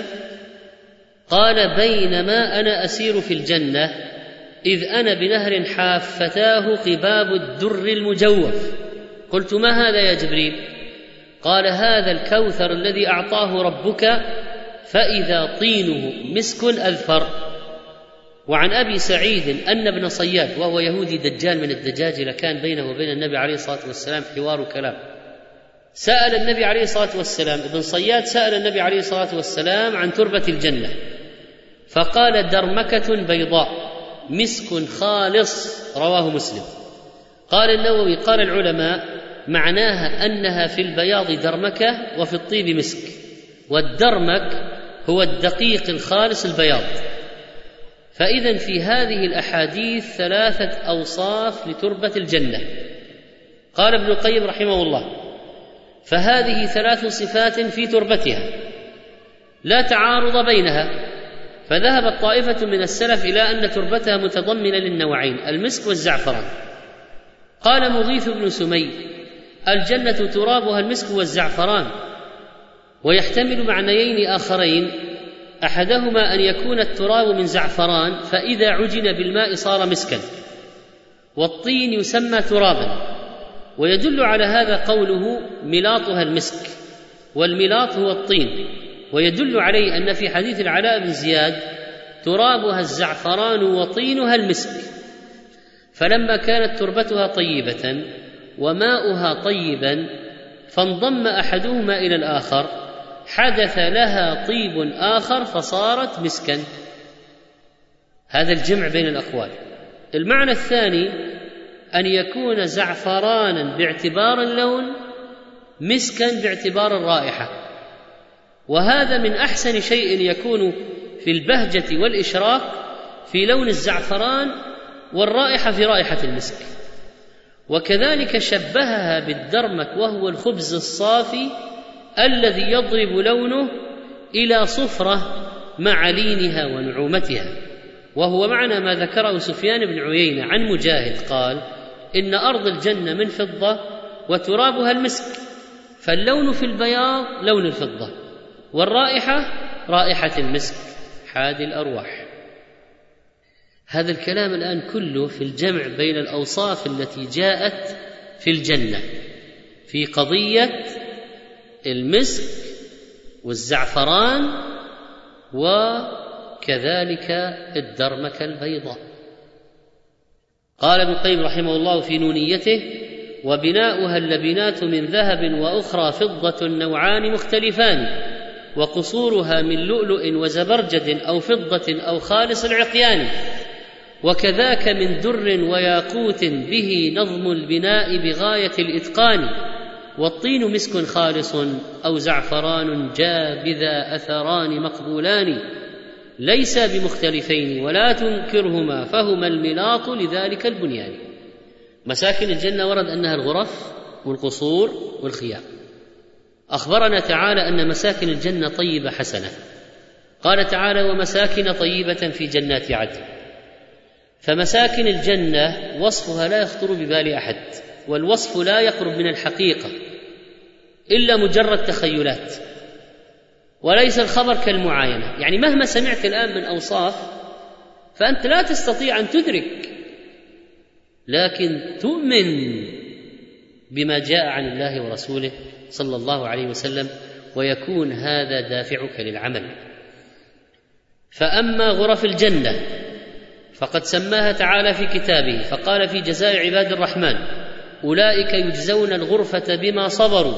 S1: قال بينما أنا أسير في الجنة إذ أنا بنهر حافتاه قباب الدر المجوف. قلت ما هذا يا جبريل؟ قال هذا الكوثر الذي أعطاه ربك فإذا طينه مسك أذفر. وعن أبي سعيد أن ابن صياد وهو يهودي دجال من الدجاجلة كان بينه وبين النبي عليه الصلاة والسلام حوار كلام، سأل النبي عليه الصلاة والسلام، ابن صياد سأل النبي عليه الصلاة والسلام عن تربة الجنة، فقال درمكة بيضاء مسك خالص. رواه مسلم. قال النووي قال العلماء معناها أنها في البياض درمكة وفي الطيب مسك، والدرمك هو الدقيق الخالص البياض. فإذن في هذه الأحاديث 3 أوصاف لتربة الجنة. قال ابن القيم رحمه الله فهذه 3 صفات في تربتها لا تعارض بينها، فذهبت طائفة من السلف إلى أن تربتها متضمنة للنوعين المسك والزعفران. قال مغيث بن سمي الجنة ترابها المسك والزعفران، ويحتمل معنيين آخرين، أحدهما أن يكون التراب من زعفران فإذا عجن بالماء صار مسكا، والطين يسمى ترابا، ويدل على هذا قوله ملاطها المسك، والملاط هو الطين، ويدل عليه أن في حديث العلاء بن زياد ترابها الزعفران وطينها المسك. فلما كانت تربتها طيبة وماؤها طيبا فانضم أحدهما إلى الآخر حدث لها طيب آخر فصارت مسكا. هذا الجمع بين الأقوال. المعنى الثاني أن يكون زعفرانا باعتبار اللون مسكا باعتبار الرائحة، وهذا من أحسن شيء يكون في البهجة والإشراق في لون الزعفران والرائحة في رائحة المسك. وكذلك شبهها بالدرمك وهو الخبز الصافي الذي يضرب لونه إلى صفرة مع لينها ونعومتها، وهو معنى ما ذكره سفيان بن عيينة عن مجاهد قال: إن أرض الجنة من فضة وترابها المسك، فاللون في البياض لون الفضة، والرائحة رائحة المسك حادي الأرواح. هذا الكلام الآن كله في الجمع بين الأوصاف التي جاءت في الجنة في قضية المسك والزعفران وكذلك الدرمكة البيضاء. قال ابن القيم رحمه الله في نونيته: وبناؤها اللبنات من ذهب وأخرى فضة نوعان مختلفان، وقصورها من لؤلؤ وزبرجد أو فضة أو خالص العقيان، وكذاك من در وياقوت به نظم البناء بغاية الإتقان، والطين مسك خالص أو زعفران جابذا أثران مقبولان، ليس بمختلفين ولا تنكرهما فهما الملاط لذلك البنيان. مساكن الجنة ورد أنها الغرف والقصور والخيام. أخبرنا تعالى أن مساكن الجنة طيبة حسنة، قال تعالى: ومساكن طيبة في جنات عدن. فمساكن الجنة وصفها لا يخطر ببال أحد، والوصف لا يقرب من الحقيقة إلا مجرد تخيلات، وليس الخبر كالمعاينة. يعني مهما سمعت الآن من أوصاف فأنت لا تستطيع أن تدرك، لكن تؤمن بما جاء عن الله ورسوله صلى الله عليه وسلم، ويكون هذا دافعك للعمل. فأما غرف الجنة فقد سماها تعالى في كتابه، فقال في جزاء عباد الرحمن: أولئك يجزون الغرفة بما صبروا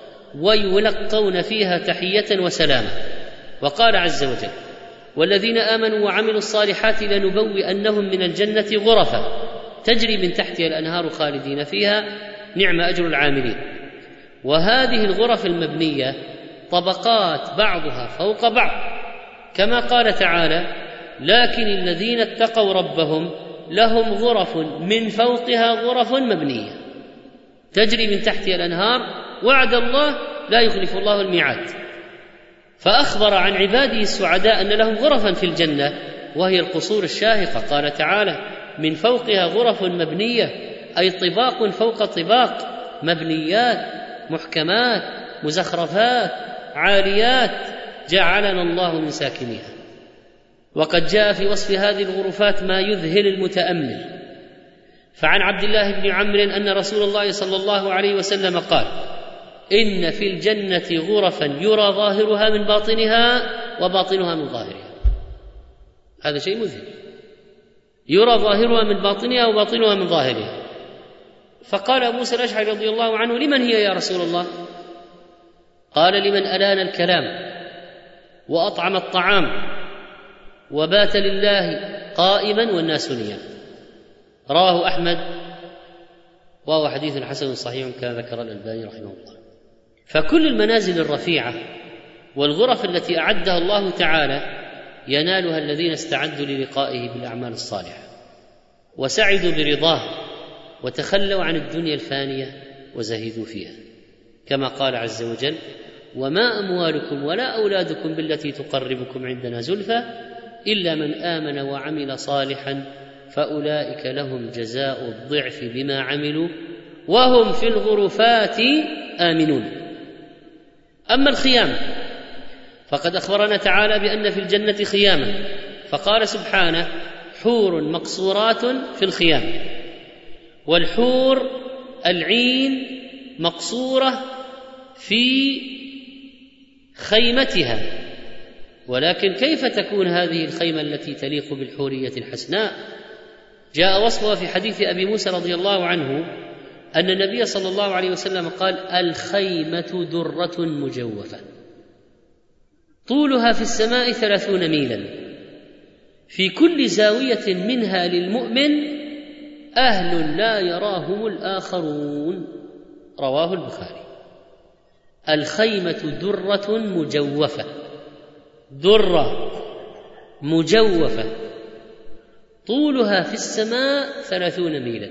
S1: ويلقون فيها تحية وسلاما. وقال عز وجل: والذين آمنوا وعملوا الصالحات لنبوئنهم من الجنة غرفا تجري من تحتها الأنهار خالدين فيها نعم أجر العاملين. وهذه الغرف المبنية طبقات بعضها فوق بعض، كما قال تعالى: لكن الذين اتقوا ربهم لهم غرف من فوقها غرف مبنية تجري من تحتها الأنهار وعد الله لا يخلف الله الميعاد. فأخبر عن عباده السعداء أن لهم غرفا في الجنة وهي القصور الشاهقة. قال تعالى: من فوقها غرف مبنية، أي طباق فوق طباق، مبنيات محكمات مزخرفات عاليات، جعلنا الله من ساكنيها. وقد جاء في وصف هذه الغرفات ما يذهل المتأمل. فعن عبد الله بن عمرو أن رسول الله صلى الله عليه وسلم قال: إن في الجنة غرفا يرى ظاهرها من باطنها وباطنها من ظاهرها. هذا شيء مذهل، يرى ظاهرها من باطنها وباطنها من ظاهرها. فقال أبو موسى الأشعري رضي الله عنه: لمن هي يا رسول الله؟ قال: لمن ألان الكلام وأطعم الطعام وبات لله قائما والناس نيام. رواه أحمد وهو حديث حسن صحيح كما ذكر الألباني رحمه الله. فكل المنازل الرفيعة والغرف التي أعدها الله تعالى ينالها الذين استعدوا للقائه بالأعمال الصالحة وسعدوا برضاه وتخلوا عن الدنيا الفانية وزهدوا فيها، كما قال عز وجل: وما أموالكم ولا أولادكم بالتي تقربكم عندنا زلفى إلا من آمن وعمل صالحا فأولئك لهم جزاء الضعف بما عملوا وهم في الغرفات آمنون. أما الخيام فقد أخبرنا تعالى بأن في الجنة خياما، فقال سبحانه: حور مقصورات في الخيام. والحور العين مقصورة في خيمتها، ولكن كيف تكون هذه الخيمة التي تليق بالحورية الحسناء؟ جاء وصفها في حديث أبي موسى رضي الله عنه أن النبي صلى الله عليه وسلم قال: الخيمة درة مجوفة طولها في السماء 30 ميلا، في كل زاوية منها للمؤمن أهل لا يراهم الآخرون. رواه البخاري. الخيمة درة مجوفة، درة مجوفة طولها في السماء 30 ميلا،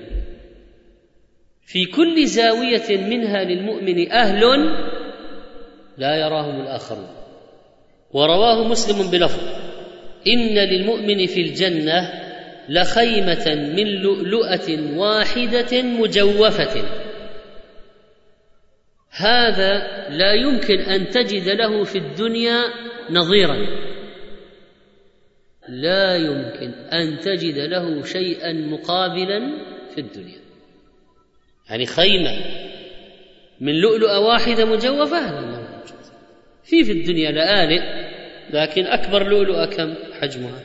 S1: في كل زاوية منها للمؤمن أهل لا يراهم الآخرون. ورواه مسلم بلفظ: إن للمؤمن في الجنة لخيمة من لؤلؤة واحدة مجوفة. هذا لا يمكن أن تجد له في الدنيا نظيرا، لا يمكن أن تجد له شيئا مقابلا في الدنيا. يعني خيمة من لؤلؤة واحدة مجوفة في الدنيا لآلئ، لكن أكبر لؤلؤة كم حجمها؟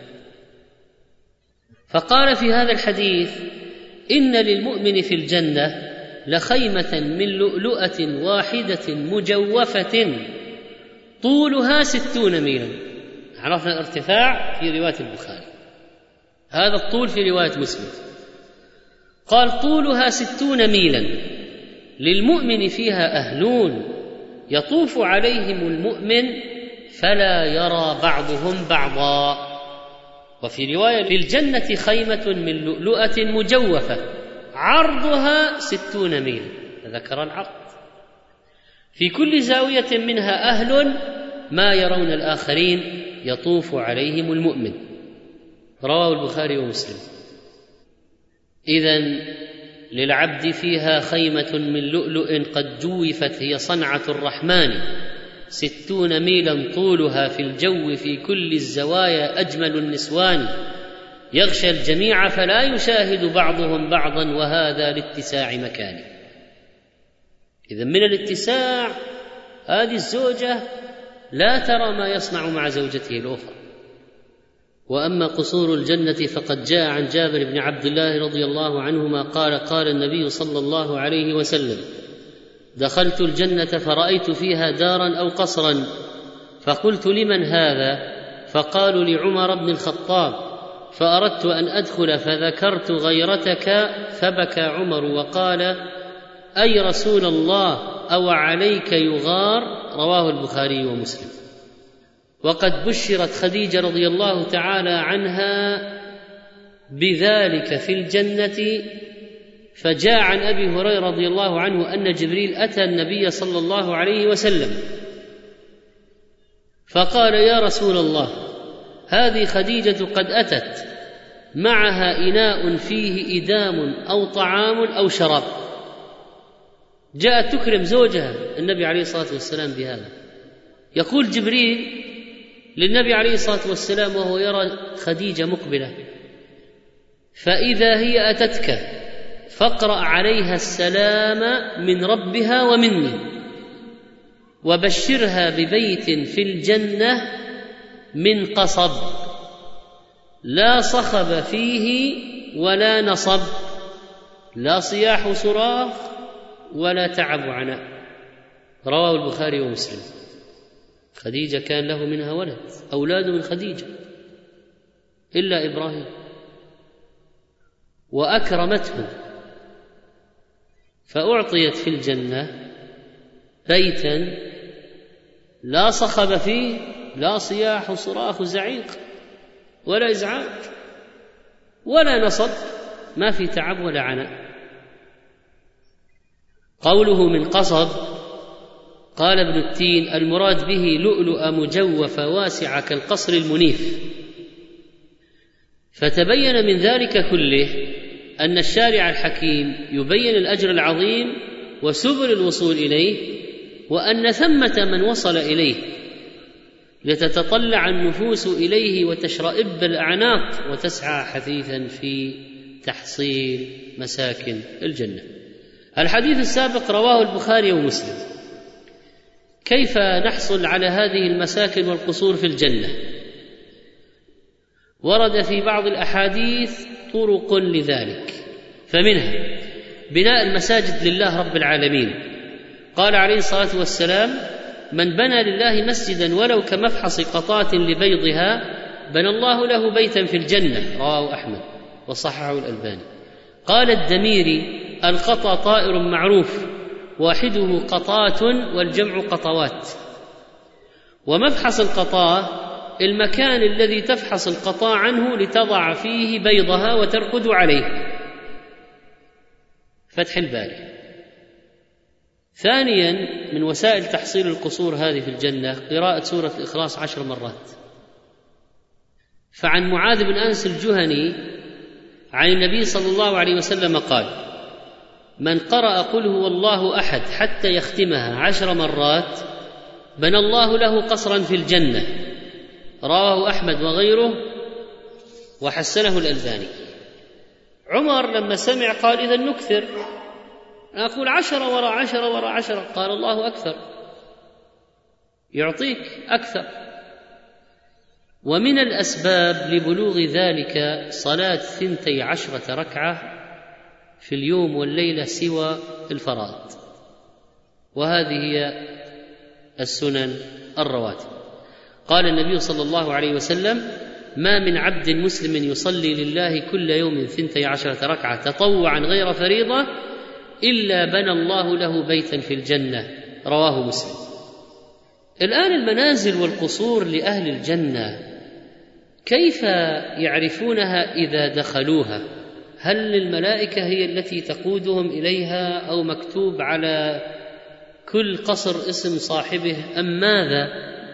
S1: فقال في هذا الحديث: إن للمؤمن في الجنة لخيمة من لؤلؤة واحدة مجوفة طولها 60 ميلا. عرفنا الارتفاع في رواية البخاري، هذا الطول في رواية مسلم. قال: طولها 60 ميلا، للمؤمن فيها أهلون يطوف عليهم المؤمن فلا يرى بعضهم بعضا. وفي رواية: للجنة خيمة من لؤلؤة مجوفة عرضها 60 ميلا، ذكر العرض. في كل زاوية منها أهل ما يرون الآخرين يطوف عليهم المؤمن. رواه البخاري ومسلم. إذن للعبد فيها خيمة من لؤلؤ قد جوفت، هي صنعة الرحمن، 60 ميلا طولها، في الجو في كل الزوايا أجمل النسوان، يغشى الجميع فلا يشاهد بعضهم بعضا، وهذا لاتساع مكانه. إذن من الاتساع هذه الزوجة لا ترى ما يصنع مع زوجته الأخرى. وأما قصور الجنة فقد جاء عن جابر بن عبد الله رضي الله عنهما قال: قال النبي صلى الله عليه وسلم: دخلت الجنة فرأيت فيها دارا أو قصرا، فقلت: لمن هذا؟ فقالوا: لعمر بن الخطاب. فأردت أن أدخل فذكرت غيرتك، فبكى عمر وقال: أي رسول الله، أو عليك يغار؟ رواه البخاري ومسلم. وقد بشرت خديجة رضي الله تعالى عنها بذلك في الجنة. فجاء عن أبي هريرة رضي الله عنه أن جبريل أتى النبي صلى الله عليه وسلم فقال: يا رسول الله، هذه خديجة قد أتت، معها إناء فيه إدام أو طعام أو شراب. جاءت تكرم زوجها النبي عليه الصلاة والسلام بهذا. يقول جبريل للنبي عليه الصلاة والسلام وهو يرى خديجة مقبلة: فإذا هي أتتك فاقرأ عليها السلام من ربها ومني، وبشرها ببيت في الجنة من قصب لا صخب فيه ولا نصب، لا صياح صراخ ولا تعب عناء. رواه البخاري ومسلم. خديجة كان له منها ولد، أولاد من خديجة إلا إبراهيم، وأكرمته فأعطيت في الجنة بيتا لا صخب فيه، لا صياح وصراخ زعيق ولا إزعاج ولا نصب، ما في تعب ولا عناء. قوله من قصب، قال ابن التين: المراد به لؤلؤة مجوفة واسعة كالقصر المنيف. فتبين من ذلك كله أن الشارع الحكيم يبين الأجر العظيم وسبل الوصول إليه، وأن ثمة من وصل إليه لتتطلع النفوس إليه وتشرئب الأعناق وتسعى حثيثا في تحصيل مساكن الجنة. الحديث السابق رواه البخاري ومسلم. كيف نحصل على هذه المساكن والقصور في الجنة؟ ورد في بعض الأحاديث طرق لذلك، فمنها بناء المساجد لله رب العالمين. قال عليه الصلاة والسلام: من بنى لله مسجدا ولو كمفحص قطاة لبيضها بنى الله له بيتا في الجنة. رواه أحمد وصححه الألباني. قال الدميري: القطا طائر معروف، واحده قطاة والجمع قطوات. ومفحص القطاة المكان الذي تفحص القطاة عنه لتضع فيه بيضها وترقد عليه. فتح الباري. ثانيا من وسائل تحصيل القصور هذه في الجنة قراءة سورة الإخلاص 10 مرات. فعن معاذ بن أنس الجهني عن النبي صلى الله عليه وسلم قال: من قرأ قل هو الله أحد حتى يختمها 10 مرات بنى الله له قصرا في الجنة. رواه أحمد وغيره وحسنه الألباني. عمر لما سمع قال: إذا نكثر، أقول 10 وراء 10 وراء 10. قال: الله أكثر، يعطيك أكثر. ومن الأسباب لبلوغ ذلك صلاة 12 ركعة في اليوم والليلة سوى الفرائض، وهذه هي السنن الرواتب. قال النبي صلى الله عليه وسلم: ما من عبد مسلم يصلي لله كل يوم 12 ركعة تطوعا غير فريضة إلا بنى الله له بيتا في الجنة. رواه مسلم. الآن المنازل والقصور لأهل الجنة كيف يعرفونها إذا دخلوها؟ هل الملائكة هي التي تقودهم إليها أو مكتوب على كل قصر اسم صاحبه أم ماذا؟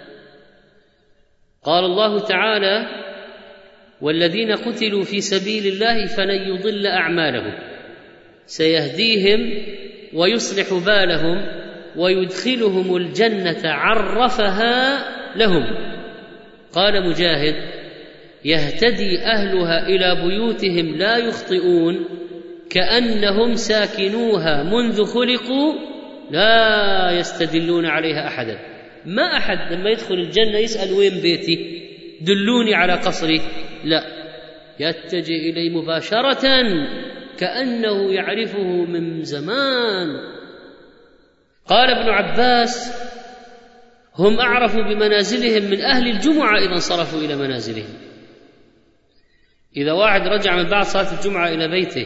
S1: قال الله تعالى: والذين قتلوا في سبيل الله فلن يضل أعمالهم سيهديهم ويصلح بالهم ويدخلهم الجنة عرفها لهم. قال مجاهد: يهتدي أهلها إلى بيوتهم لا يخطئون كأنهم ساكنوها منذ خلقوا لا يستدلون عليها أحدا. ما أحد لما يدخل الجنة يسأل: وين بيتي؟ دلوني على قصري. لا، يتجه إليه مباشرة كأنه يعرفه من زمان. قال ابن عباس: هم أعرفوا بمنازلهم من أهل الجمعة إذا انصرفوا إلى منازلهم. إذا واحد رجع من بعد صلاة الجمعة إلى بيته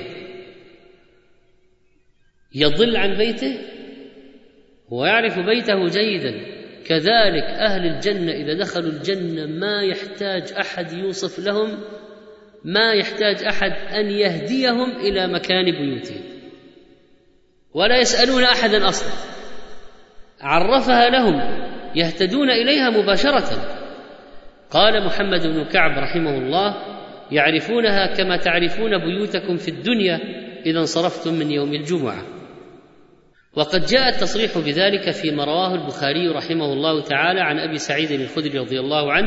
S1: يضل عن بيته؟ هو يعرف بيته جيدا. كذلك أهل الجنة إذا دخلوا الجنة ما يحتاج أحد يوصف لهم، ما يحتاج أحد أن يهديهم إلى مكان بيوتهم، ولا يسألون أحدا أصلا، عرفها لهم يهتدون إليها مباشرة. قال محمد بن كعب رحمه الله: يعرفونها كما تعرفون بيوتكم في الدنيا إذا انصرفتم من يوم الجمعة. وقد جاء التصريح بذلك فيما رواه البخاري رحمه الله تعالى عن أبي سعيد الخدري رضي الله عنه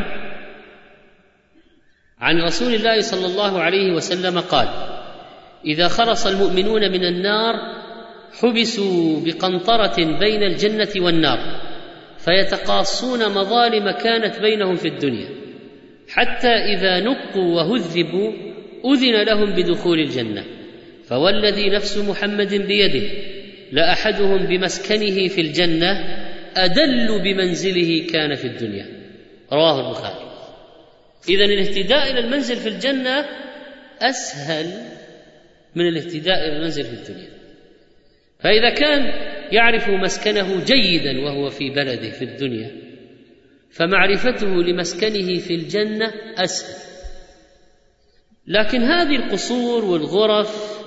S1: عن رسول الله صلى الله عليه وسلم قال: إذا خلص المؤمنون من النار حبسوا بقنطرة بين الجنة والنار فيتقاصون مظالم كانت بينهم في الدنيا، حتى إذا نقوا وهذبوا أذن لهم بدخول الجنة. فوالذي نفس محمد بيده لأحدهم بمسكنه في الجنة أدل بمنزله كان في الدنيا. رواه البخاري. إذن الاهتداء إلى المنزل في الجنة أسهل من الاهتداء إلى المنزل في الدنيا. فإذا كان يعرف مسكنه جيدا وهو في بلده في الدنيا، فمعرفته لمسكنه في الجنة أسهل. لكن هذه القصور والغرف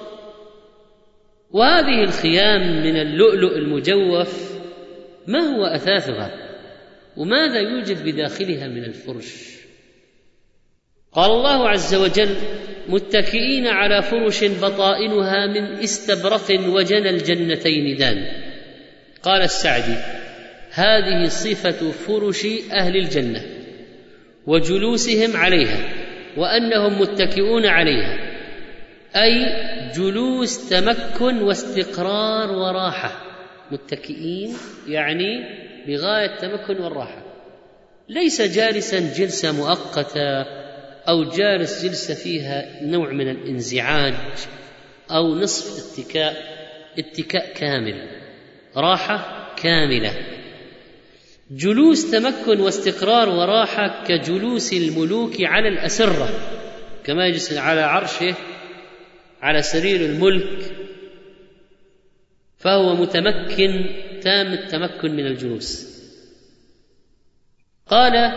S1: وهذه الخيام من اللؤلؤ المجوف ما هو أثاثها؟ وماذا يوجد بداخلها من الفرش؟ قال الله عز وجل: متكئين على فرش بطائنها من استبرق وجنى الجنتين دان. قال السعدي: هذه صفة فرش أهل الجنة وجلوسهم عليها، وأنهم متكئون عليها، أي جلوس تمكن واستقرار وراحة. متكئين يعني بغاية التمكن والراحة، ليس جالسا جلسة مؤقتة أو جالس جلسة فيها نوع من الانزعاج أو نصف اتكاء كامل، راحة كاملة. جلوس تمكن واستقرار وراحة كجلوس الملوك على الأسرة، كما يجلس على عرشه على سرير الملك، فهو متمكن تام التمكن من الجلوس. قال: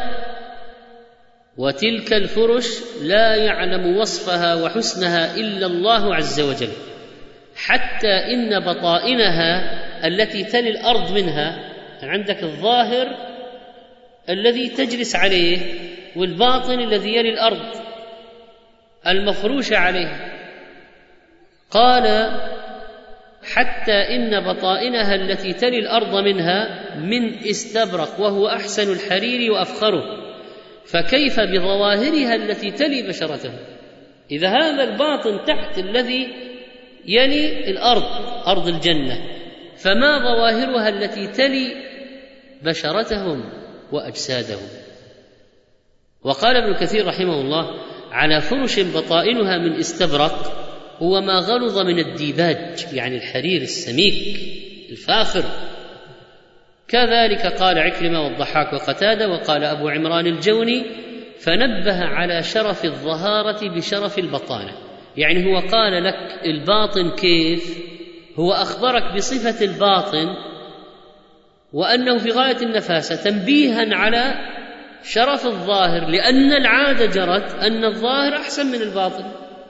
S1: وتلك الفرش لا يعلم وصفها وحسنها إلا الله عز وجل، حتى إن بطائنها التي تلي الأرض منها، عندك الظاهر الذي تجلس عليه والباطن الذي يلي الأرض المفروشة عليه. قال حتى إن بطائنها التي تلي الأرض منها من استبرق وهو أحسن الحرير وأفخره، فكيف بظواهرها التي تلي بشرته؟ إذا هذا الباطن تحت الذي يلي الأرض، أرض الجنة، فما ظواهرها التي تلي بشرتهم وأجسادهم؟ وقال ابن كثير رحمه الله: على فرش بطائنها من استبرق هو ما غلظ من الديباج، يعني الحرير السميك الفاخر. كذلك قال عكرمة والضحاك وقتادة. وقال أبو عمران الجوني: فنبه على شرف الظهارة بشرف البطانة، يعني هو قال لك الباطن كيف، هو أخبرك بصفة الباطن وأنه في غاية النفاسة، تنبيها على شرف الظاهر، لأن العادة جرت أن الظاهر أحسن من الباطن.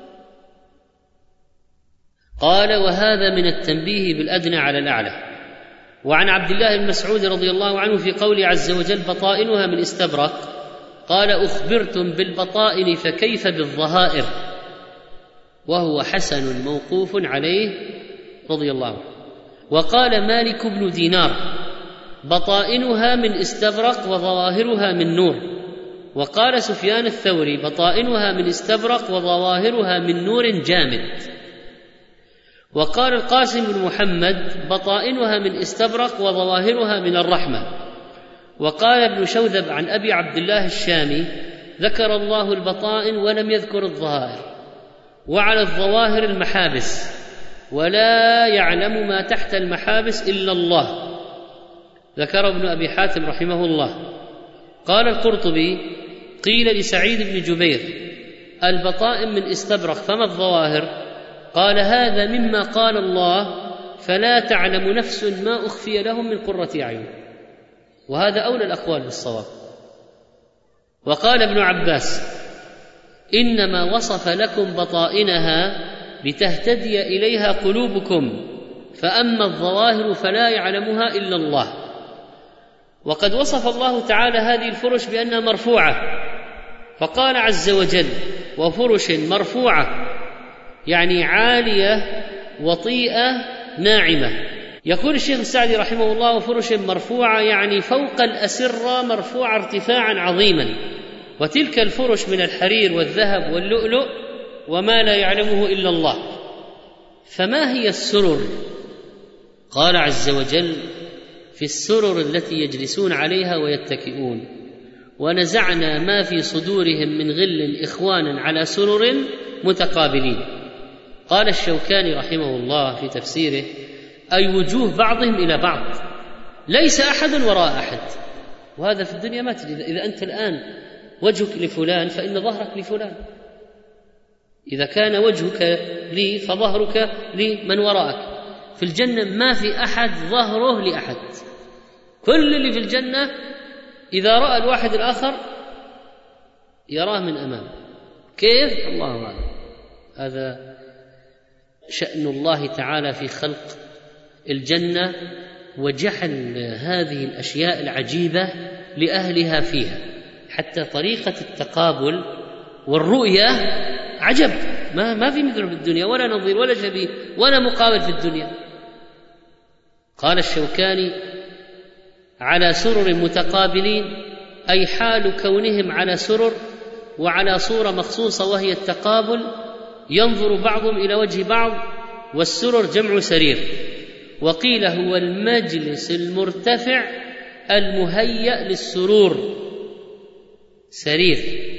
S1: قال: وهذا من التنبيه بالأدنى على الأعلى. وعن عبد الله بن مسعود رضي الله عنه في قوله عز وجل: بطائنها من استبرق، قال: أخبرتم بالبطائن فكيف بالظهائر، وهو حسن موقوف عليه رضي الله عنه. وقال مالك بن دينار: بطائنها من استبرق وظواهرها من نور. وقال سفيان الثوري: بطائنها من استبرق وظواهرها من نور جامد. وقال القاسم بن محمد: بطائنها من استبرق وظواهرها من الرحمة. وقال ابن شوذب عن أبي عبد الله الشامي: ذكر الله البطائن ولم يذكر الظواهر، وعلى الظواهر المحابس، ولا يعلم ما تحت المحابس إلا الله. ذكر ابن أبي حاتم رحمه الله. قال القرطبي: قيل لسعيد بن جبير: البطائن من استبرق فما الظواهر؟ قال: هذا مما قال الله: فلا تعلم نفس ما أخفي لهم من قرة أعين. وهذا أولى الأقوال بالصواب. وقال ابن عباس: إنما وصف لكم بطائنها لتهتدي إليها قلوبكم، فأما الظواهر فلا يعلمها إلا الله. وقد وصف الله تعالى هذه الفرش بأنها مرفوعة، فقال عز وجل: وفرش مرفوعة، يعني عالية وطيئة ناعمة. يقول الشيخ السعدي رحمه الله: وفرش مرفوعة يعني فوق الأسرة مرفوعة ارتفاعا عظيما، وتلك الفرش من الحرير والذهب واللؤلؤ وما لا يعلمه إلا الله. فما هي السرر؟ قال عز وجل: في السرر التي يجلسون عليها ويتكئون، ونزعنا ما في صدورهم من غل إخوانا على سرر متقابلين. قال الشوكاني رحمه الله في تفسيره: أي وجوه بعضهم إلى بعض، ليس أحد وراء أحد. وهذا في الدنيا ما تجد. إذا أنت الآن وجهك لفلان فإن ظهرك لفلان، إذا كان وجهك لي فظهرك لمن وراءك. في الجنة ما في أحد ظهره لأحد، كل اللي في الجنة إذا رأى الواحد الآخر يراه من أمام. كيف؟ الله أعلم. هذا شأن الله تعالى في خلق الجنة وجعل هذه الأشياء العجيبة لأهلها فيها، حتى طريقة التقابل والرؤية عجب، ما في مثله في الدنيا، ولا نظير ولا شبيه ولا مقابل في الدنيا. قال الشوكاني: على سرر متقابلين، أي حال كونهم على سرر وعلى صورة مخصوصة وهي التقابل، ينظر بعضهم إلى وجه بعض. والسرر جمع سرير. وقيل هو المجلس المرتفع المهيأ للسرور، سرير.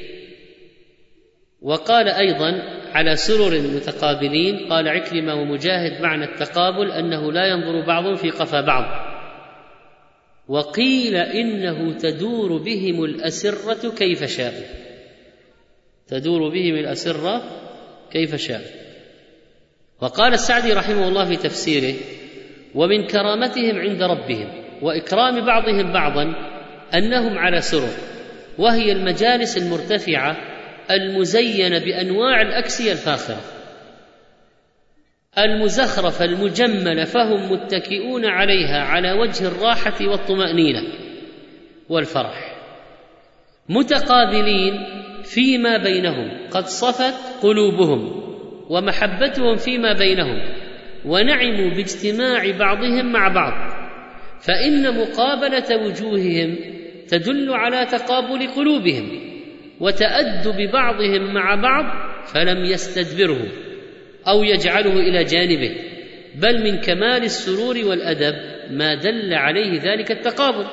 S1: وقال أيضا: على سرر متقابلين، قال عكرمة ومجاهد: معنى التقابل أنه لا ينظر بعضهم في قفا بعض. وقيل إنه تدور بهم الأسرة كيف شاء، تدور بهم الأسرة كيف شاء. وقال السعدي رحمه الله في تفسيره: ومن كرامتهم عند ربهم وإكرام بعضهم بعضا أنهم على سرر، وهي المجالس المرتفعة المزينة بأنواع الأكسية الفاخرة. المزخرفة المجملة، فهم متكئون عليها على وجه الراحة والطمأنينة والفرح، متقابلين فيما بينهم، قد صفت قلوبهم ومحبتهم فيما بينهم، ونعموا باجتماع بعضهم مع بعض، فإن مقابلة وجوههم تدل على تقابل قلوبهم وتأدب بعضهم مع بعض، فلم يستدبره أو يجعله إلى جانبه، بل من كمال السرور والأدب ما دل عليه ذلك التقابل.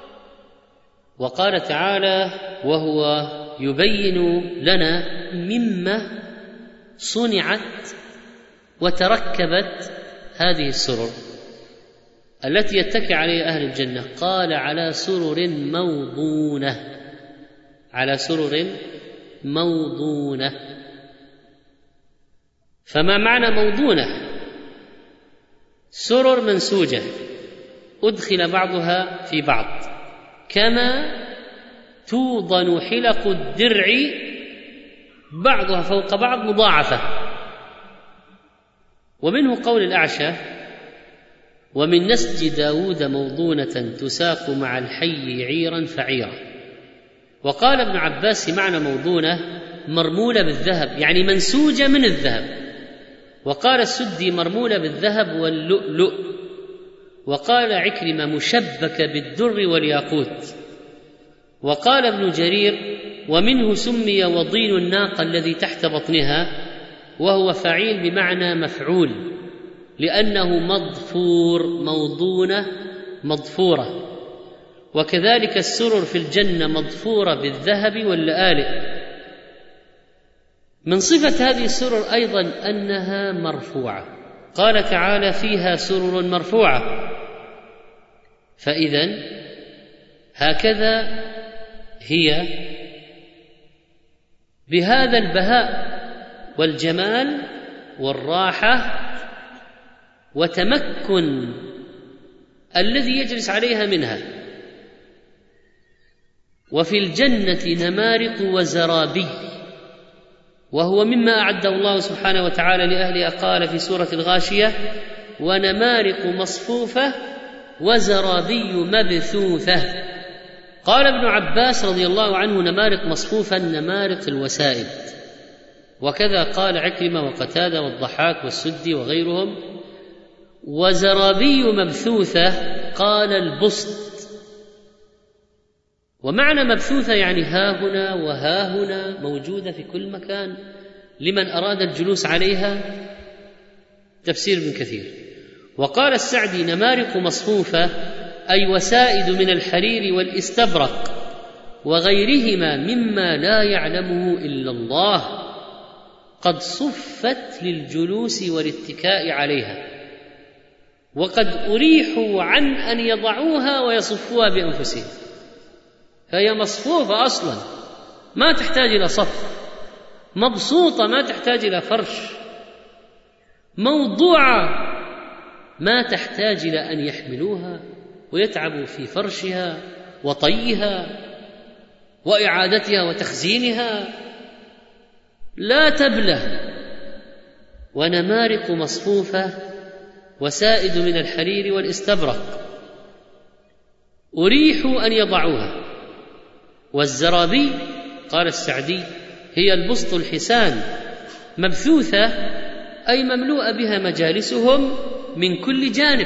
S1: وقال تعالى وهو يبين لنا مما صنعت وتركبت هذه السرر التي يتكئ عليها أهل الجنة، قال على سرر موضونة، على سرر موضونة. فما معنى موضونة؟ سرر منسوجة أدخل بعضها في بعض، كما توضن حلق الدرع بعضها فوق بعض مضاعفة. ومنه قول الأعشى: ومن نسج داود موضونة تساق مع الحي عيرا فعيرا. وقال ابن عباس معنى موضونة مرمولة بالذهب، يعني منسوجة من الذهب. وقال السدي مرمولة بالذهب واللؤلؤ. وقال عكرمة مشبكة بالدر والياقوت. وقال ابن جرير: ومنه سمي وضين الناقة الذي تحت بطنها، وهو فعيل بمعنى مفعول، لأنه مضفور، موضونة مضفورة. وكذلك السرر في الجنة مضفورة بالذهب واللآلئ. من صفة هذه السرر أيضا أنها مرفوعة، قال تعالى: فيها سرر مرفوعة. فإذن هكذا هي بهذا البهاء والجمال والراحة وتمكن الذي يجلس عليها منها. وفي الجنة نمارق وزرابي، وهو مما أعده الله سبحانه وتعالى لأهلها. قال في سورة الغاشية: ونمارق مصفوفة وزرابي مبثوثة. قال ابن عباس رضي الله عنه: نمارق مصفوفة نمارق الوسائد. وكذا قال عكرمة وقتادة والضحاك والسدي وغيرهم. وزرابي مبثوثة قال البسط. ومعنى مبثوثة يعني ها هنا وها هنا، موجودة في كل مكان لمن أراد الجلوس عليها. تفسير ابن كثير. وقال السعدي: نمارق مصفوفة أي وسائد من الحرير والاستبرق وغيرهما مما لا يعلمه إلا الله، قد صفت للجلوس والاتكاء عليها، وقد أريحوا عن أن يضعوها ويصفوها بأنفسهم. فهي مصفوفة أصلا، ما تحتاج إلى صف، مبسوطة ما تحتاج إلى فرش، موضوعة ما تحتاج إلى أن يحملوها ويتعبوا في فرشها وطيها وإعادتها وتخزينها، لا تبله. ونمارق مصفوفة وسائد من الحرير والاستبرق أريحوا أن يضعوها. والزرابي قال السعدي: هي البسط الحسان، مبثوثة أي مملوءة بها مجالسهم من كل جانب.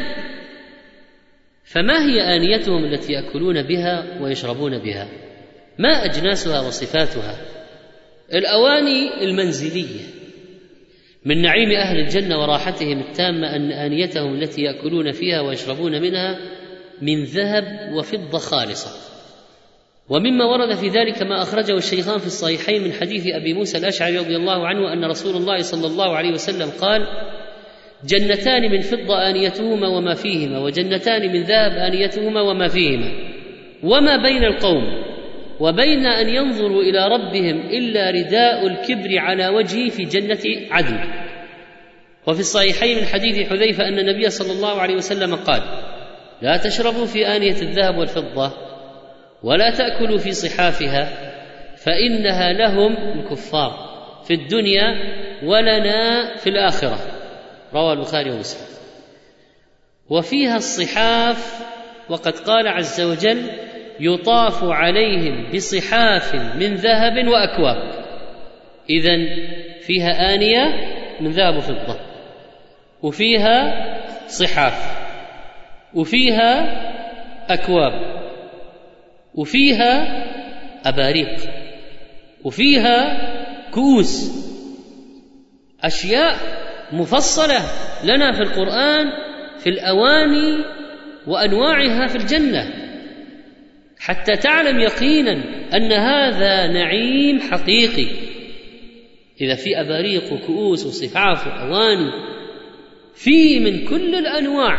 S1: فما هي آنيتهم التي يأكلون بها ويشربون بها؟ ما أجناسها وصفاتها؟ الأواني المنزلية. من نعيم أهل الجنة وراحتهم التامة أن آنيتهم التي يأكلون فيها ويشربون منها من ذهب وفضة خالصة. ومما ورد في ذلك ما أخرجه الشيخان في الصحيحين من حديث أبي موسى الأشعري رضي الله عنه أن رسول الله صلى الله عليه وسلم قال: جنتان من فضة آنيتهما وما فيهما، وجنتان من ذهب آنيتهما وما فيهما، وما بين القوم وبين أن ينظروا إلى ربهم إلا رداء الكبر على وجهه في جنة عدن. وفي الصحيحين من حديث حذيفة أن النبي صلى الله عليه وسلم قال: لا تشربوا في آنية الذهب والفضة ولا تأكلوا في صحافها، فإنها لهم الكفار في الدنيا ولنا في الآخرة. رواه البخاري ومسلم. وفيها الصحاف، وقد قال عز وجل: يطاف عليهم بصحاف من ذهب وأكواب. إذن فيها آنية من ذهب وفضة، وفيها صحاف، وفيها أكواب، وفيها أباريق، وفيها كؤوس، أشياء مفصلة لنا في القرآن في الأواني وأنواعها في الجنة، حتى تعلم يقينا أن هذا نعيم حقيقي. إذا في أباريق وكؤوس وصحاف وأواني، في من كل الأنواع.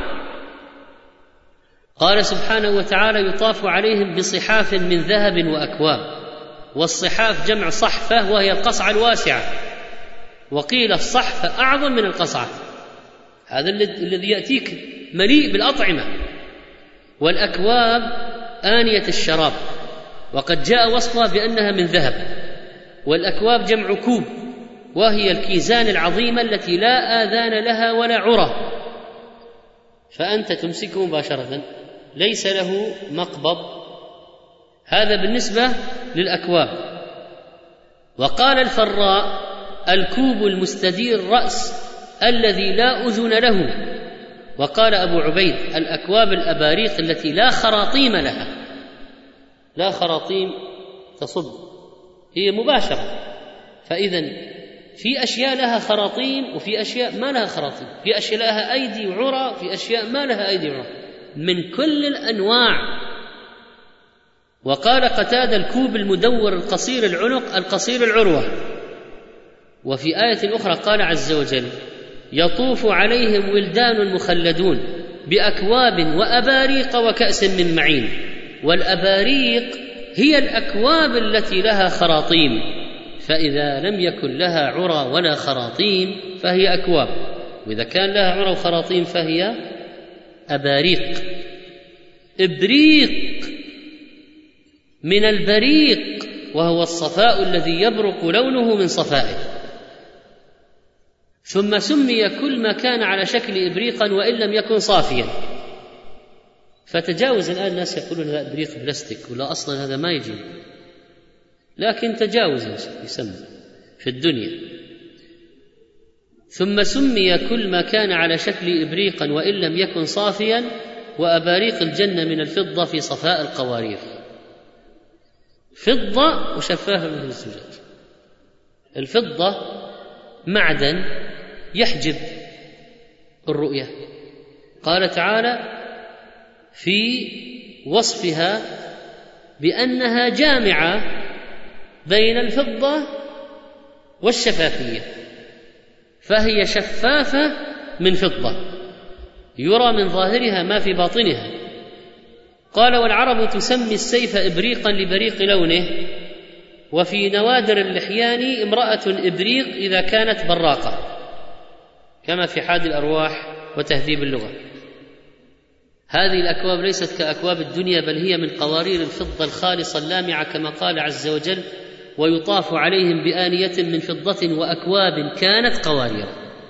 S1: قال سبحانه وتعالى: يطاف عليهم بصحاف من ذهب وأكواب. والصحاف جمع صحفة، وهي القصعة الواسعة، وقيل الصحفة أعظم من القصعة، هذا الذي يأتيك مليء بالأطعمة. والأكواب آنية الشراب، وقد جاء وصفها بأنها من ذهب. والأكواب جمع كوب، وهي الكيزان العظيمة التي لا آذان لها ولا عرى، فأنت تمسكه مباشرة، ليس له مقبض. هذا بالنسبة للأكواب. وقال الفراء: الكوب المستدير الرأس الذي لا أذن له. وقال أبو عبيد: الأكواب الأباريق التي لا خراطيم لها، لا خراطيم تصب، هي مباشرة. فإذن في أشياء لها خراطيم، وفي أشياء ما لها خراطيم، في أشياء لها أيدي وعرى، في أشياء ما لها أيدي وعرى، من كل الأنواع. وقال قتادة: الكوب المدور القصير العنق القصير العروة. وفي آية أخرى قال عز وجل: يطوف عليهم ولدان مخلدون بأكواب وأباريق وكأس من معين. والأباريق هي الأكواب التي لها خراطيم، فإذا لم يكن لها عرى ولا خراطيم فهي أكواب، وإذا كان لها عرى وخراطيم فهي أباريق. إبريق من البريق، وهو الصفاء الذي يبرق لونه من صفائه. ثم سمي كل ما كان على شكل إبريقا وإن لم يكن صافيا. فتجاوز الآن الناس يقولون هذا إبريق بلاستيك، ولا أصلا هذا ما يجي، لكن تجاوز يسمى في الدنيا. ثم سمي كل ما كان على شكل إبريقا وإن لم يكن صافيا، وأباريق الجنة من الفضة في صفاء القوارير، فضة وشفافة مثل الزجاج. الفضة معدن يحجب الرؤية. قال تعالى في وصفها بأنها جامعة بين الفضة والشفافية، فهي شفافة من فضة يرى من ظاهرها ما في باطنها. قال: والعرب تسمي السيف إبريقا لبريق لونه. وفي نوادر اللحيان امرأة إبريق إذا كانت براقة، كما في حاد الأرواح وتهذيب اللغة. هذه الأكواب ليست كأكواب الدنيا، بل هي من قوارير الفضة الخالصة اللامعة، كما قال عز وجل: ويطاف عليهم بآنية من فضة وأكواب كانت قوارير.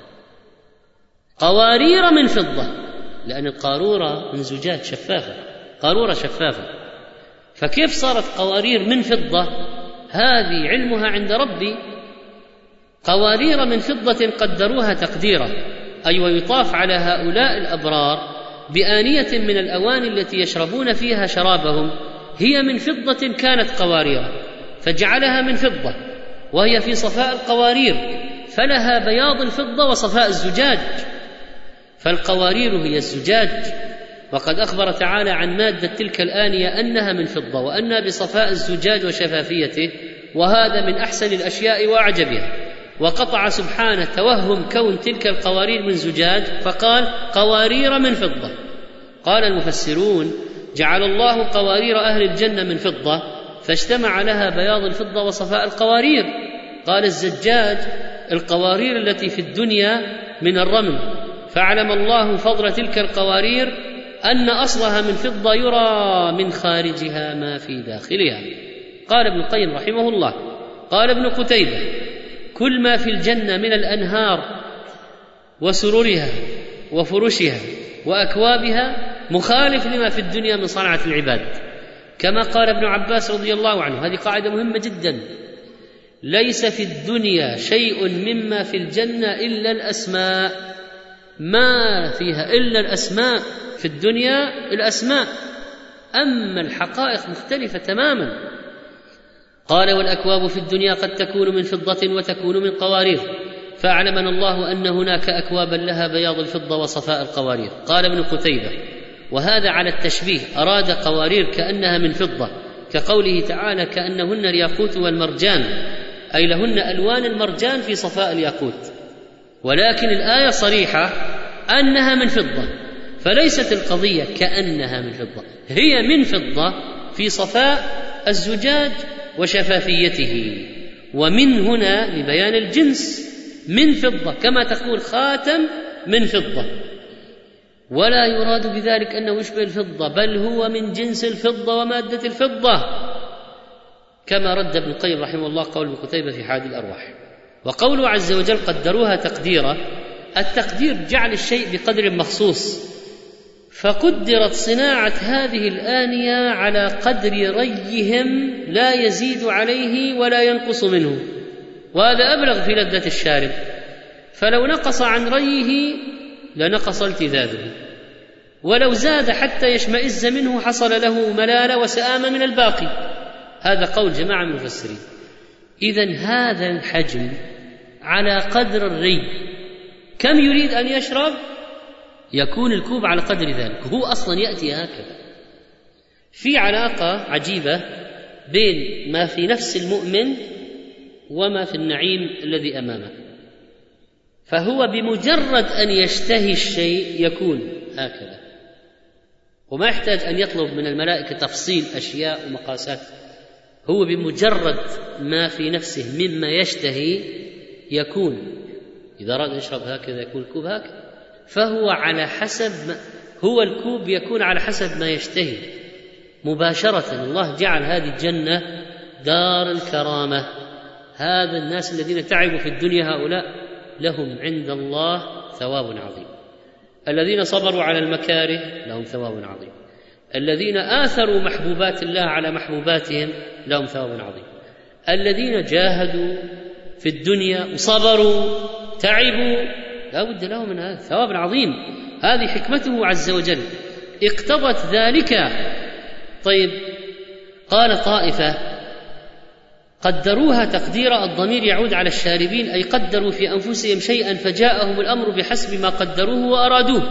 S1: قوارير من فضة، لأن القارورة من زجاج شفافة، قارورة شفافة، فكيف صارت قوارير من فضة؟ هذه علمها عند ربي. قوارير من فضة قدروها تقديرا، أي ويطاف على هؤلاء الأبرار بآنية من الأواني التي يشربون فيها شرابهم، هي من فضة كانت قوارير، فجعلها من فضة وهي في صفاء القوارير، فلها بياض الفضة وصفاء الزجاج. فالقوارير هي الزجاج. وقد أخبر تعالى عن مادة تلك الآنية أنها من فضة، وأنها بصفاء الزجاج وشفافيته، وهذا من أحسن الأشياء وأعجبها. وقطع سبحانه توهم كون تلك القوارير من زجاج، فقال: قوارير من فضة. قال المفسرون: جعل الله قوارير أهل الجنة من فضة، فاجتمع لها بياض الفضة وصفاء القوارير. قال الزجاج: القوارير التي في الدنيا من الرمل، فاعلم الله فضل تلك القوارير أن أصلها من فضة يرى من خارجها ما في داخلها. قال ابن القيم رحمه الله: قال ابن قتيبة: كل ما في الجنة من الأنهار وسررها وفرشها وأكوابها مخالف لما في الدنيا من صنعة العباد، كما قال ابن عباس رضي الله عنه، هذه قاعدة مهمة جدا: ليس في الدنيا شيء مما في الجنة إلا الأسماء، ما فيها إلا الأسماء في الدنيا، الأسماء، أما الحقائق مختلفة تماما. قال: والأكواب في الدنيا قد تكون من فضة وتكون من قوارير، فأعلمنا الله أن هناك أكوابا لها بياض الفضة وصفاء القوارير. قال ابن قتيبة: وهذا على التشبيه، أراد قوارير كأنها من فضة، كقوله تعالى: كأنهن الياقوت والمرجان، أي لهن ألوان المرجان في صفاء الياقوت، ولكن الآية صريحة أنها من فضة، فليست القضية كأنها من فضة، هي من فضة في صفاء الزجاج وشفافيته، ومن هنا لبيان الجنس، من فضة، كما تقول خاتم من فضة، ولا يراد بذلك أنه يشبه الفضة، بل هو من جنس الفضة ومادة الفضة، كما رد ابن القيم رحمه الله قول ابن قتيبة في حاد الأرواح. وقوله عز وجل: قدروها تقديرا، التقدير جعل الشيء بقدر مخصوص، فقدرت صناعة هذه الآنية على قدر ريهم لا يزيد عليه ولا ينقص منه، وهذا أبلغ في لذة الشارب، فلو نقص عن ريه لنقص التذاذه، ولو زاد حتى يشمئز منه حصل له ملالة وسآمة من الباقي. هذا قول جماعة من المفسرين. إذن هذا الحجم على قدر الري، كم يريد أن يشرب يكون الكوب على قدر ذلك، هو أصلا يأتي هكذا. في علاقة عجيبة بين ما في نفس المؤمن وما في النعيم الذي أمامه، فهو بمجرد أن يشتهي الشيء يكون هكذا، وما يحتاج أن يطلب من الملائكة تفصيل أشياء ومقاسات، هو بمجرد ما في نفسه مما يشتهي يكون، إذا أراد يشرب هكذا يكون الكوب هكذا، فهو على حسب ما هو الكوب يكون على حسب ما يشتهي مباشرة. الله جعل هذه الجنة دار الكرامة، هذا الناس الذين تعبوا في الدنيا هؤلاء لهم عند الله ثواب عظيم، الذين صبروا على المكاره لهم ثواب عظيم، الذين آثروا محبوبات الله على محبوباتهم لهم ثواب عظيم، الذين جاهدوا في الدنيا وصبروا تعبوا لا بد لهم من هذا ثواب عظيم، هذه حكمته عز وجل اقتضت ذلك. طيب، قال طائفة: قدروها تقديرا، الضمير يعود على الشاربين، أي قدروا في أنفسهم شيئا فجاءهم الأمر بحسب ما قدروه وأرادوه.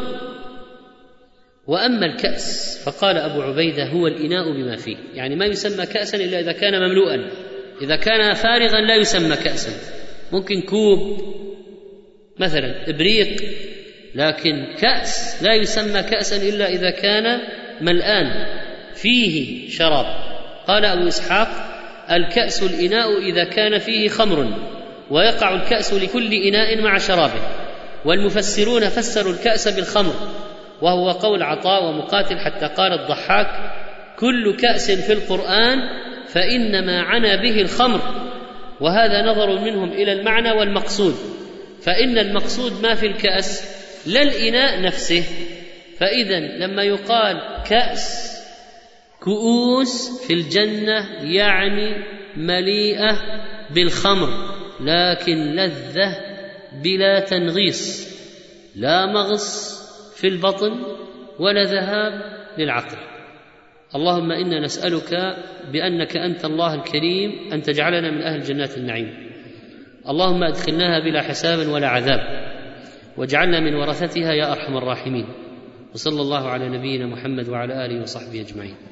S1: وأما الكأس فقال أبو عبيدة: هو الإناء بما فيه، يعني ما يسمى كأسا إلا إذا كان مملوءا، إذا كان فارغا لا يسمى كأسا. ممكن كوب مثلا إبريق، لكن كأس لا يسمى كأسا إلا إذا كان ملآن فيه شراب. قال أبو إسحاق: الكأس الإناء إذا كان فيه خمر، ويقع الكأس لكل إناء مع شرابه. والمفسرون فسروا الكأس بالخمر، وهو قول عطاء ومقاتل، حتى قال الضحاك: كل كأس في القرآن فإنما عنى به الخمر. وهذا نظر منهم إلى المعنى والمقصود، فإن المقصود ما في الكأس لا الإناء نفسه، فإذا لما يقال كأس كؤوس في الجنة يعني مليئة بالخمر، لكن لذة بلا تنغيص، لا مغص في البطن ولا ذهاب للعقل. اللهم إنا نسألك بأنك أنت الله الكريم أن تجعلنا من أهل جنات النعيم، اللهم أدخلناها بلا حساب ولا عذاب، واجعلنا من ورثتها يا أرحم الراحمين. وصلى الله على نبينا محمد وعلى آله وصحبه أجمعين.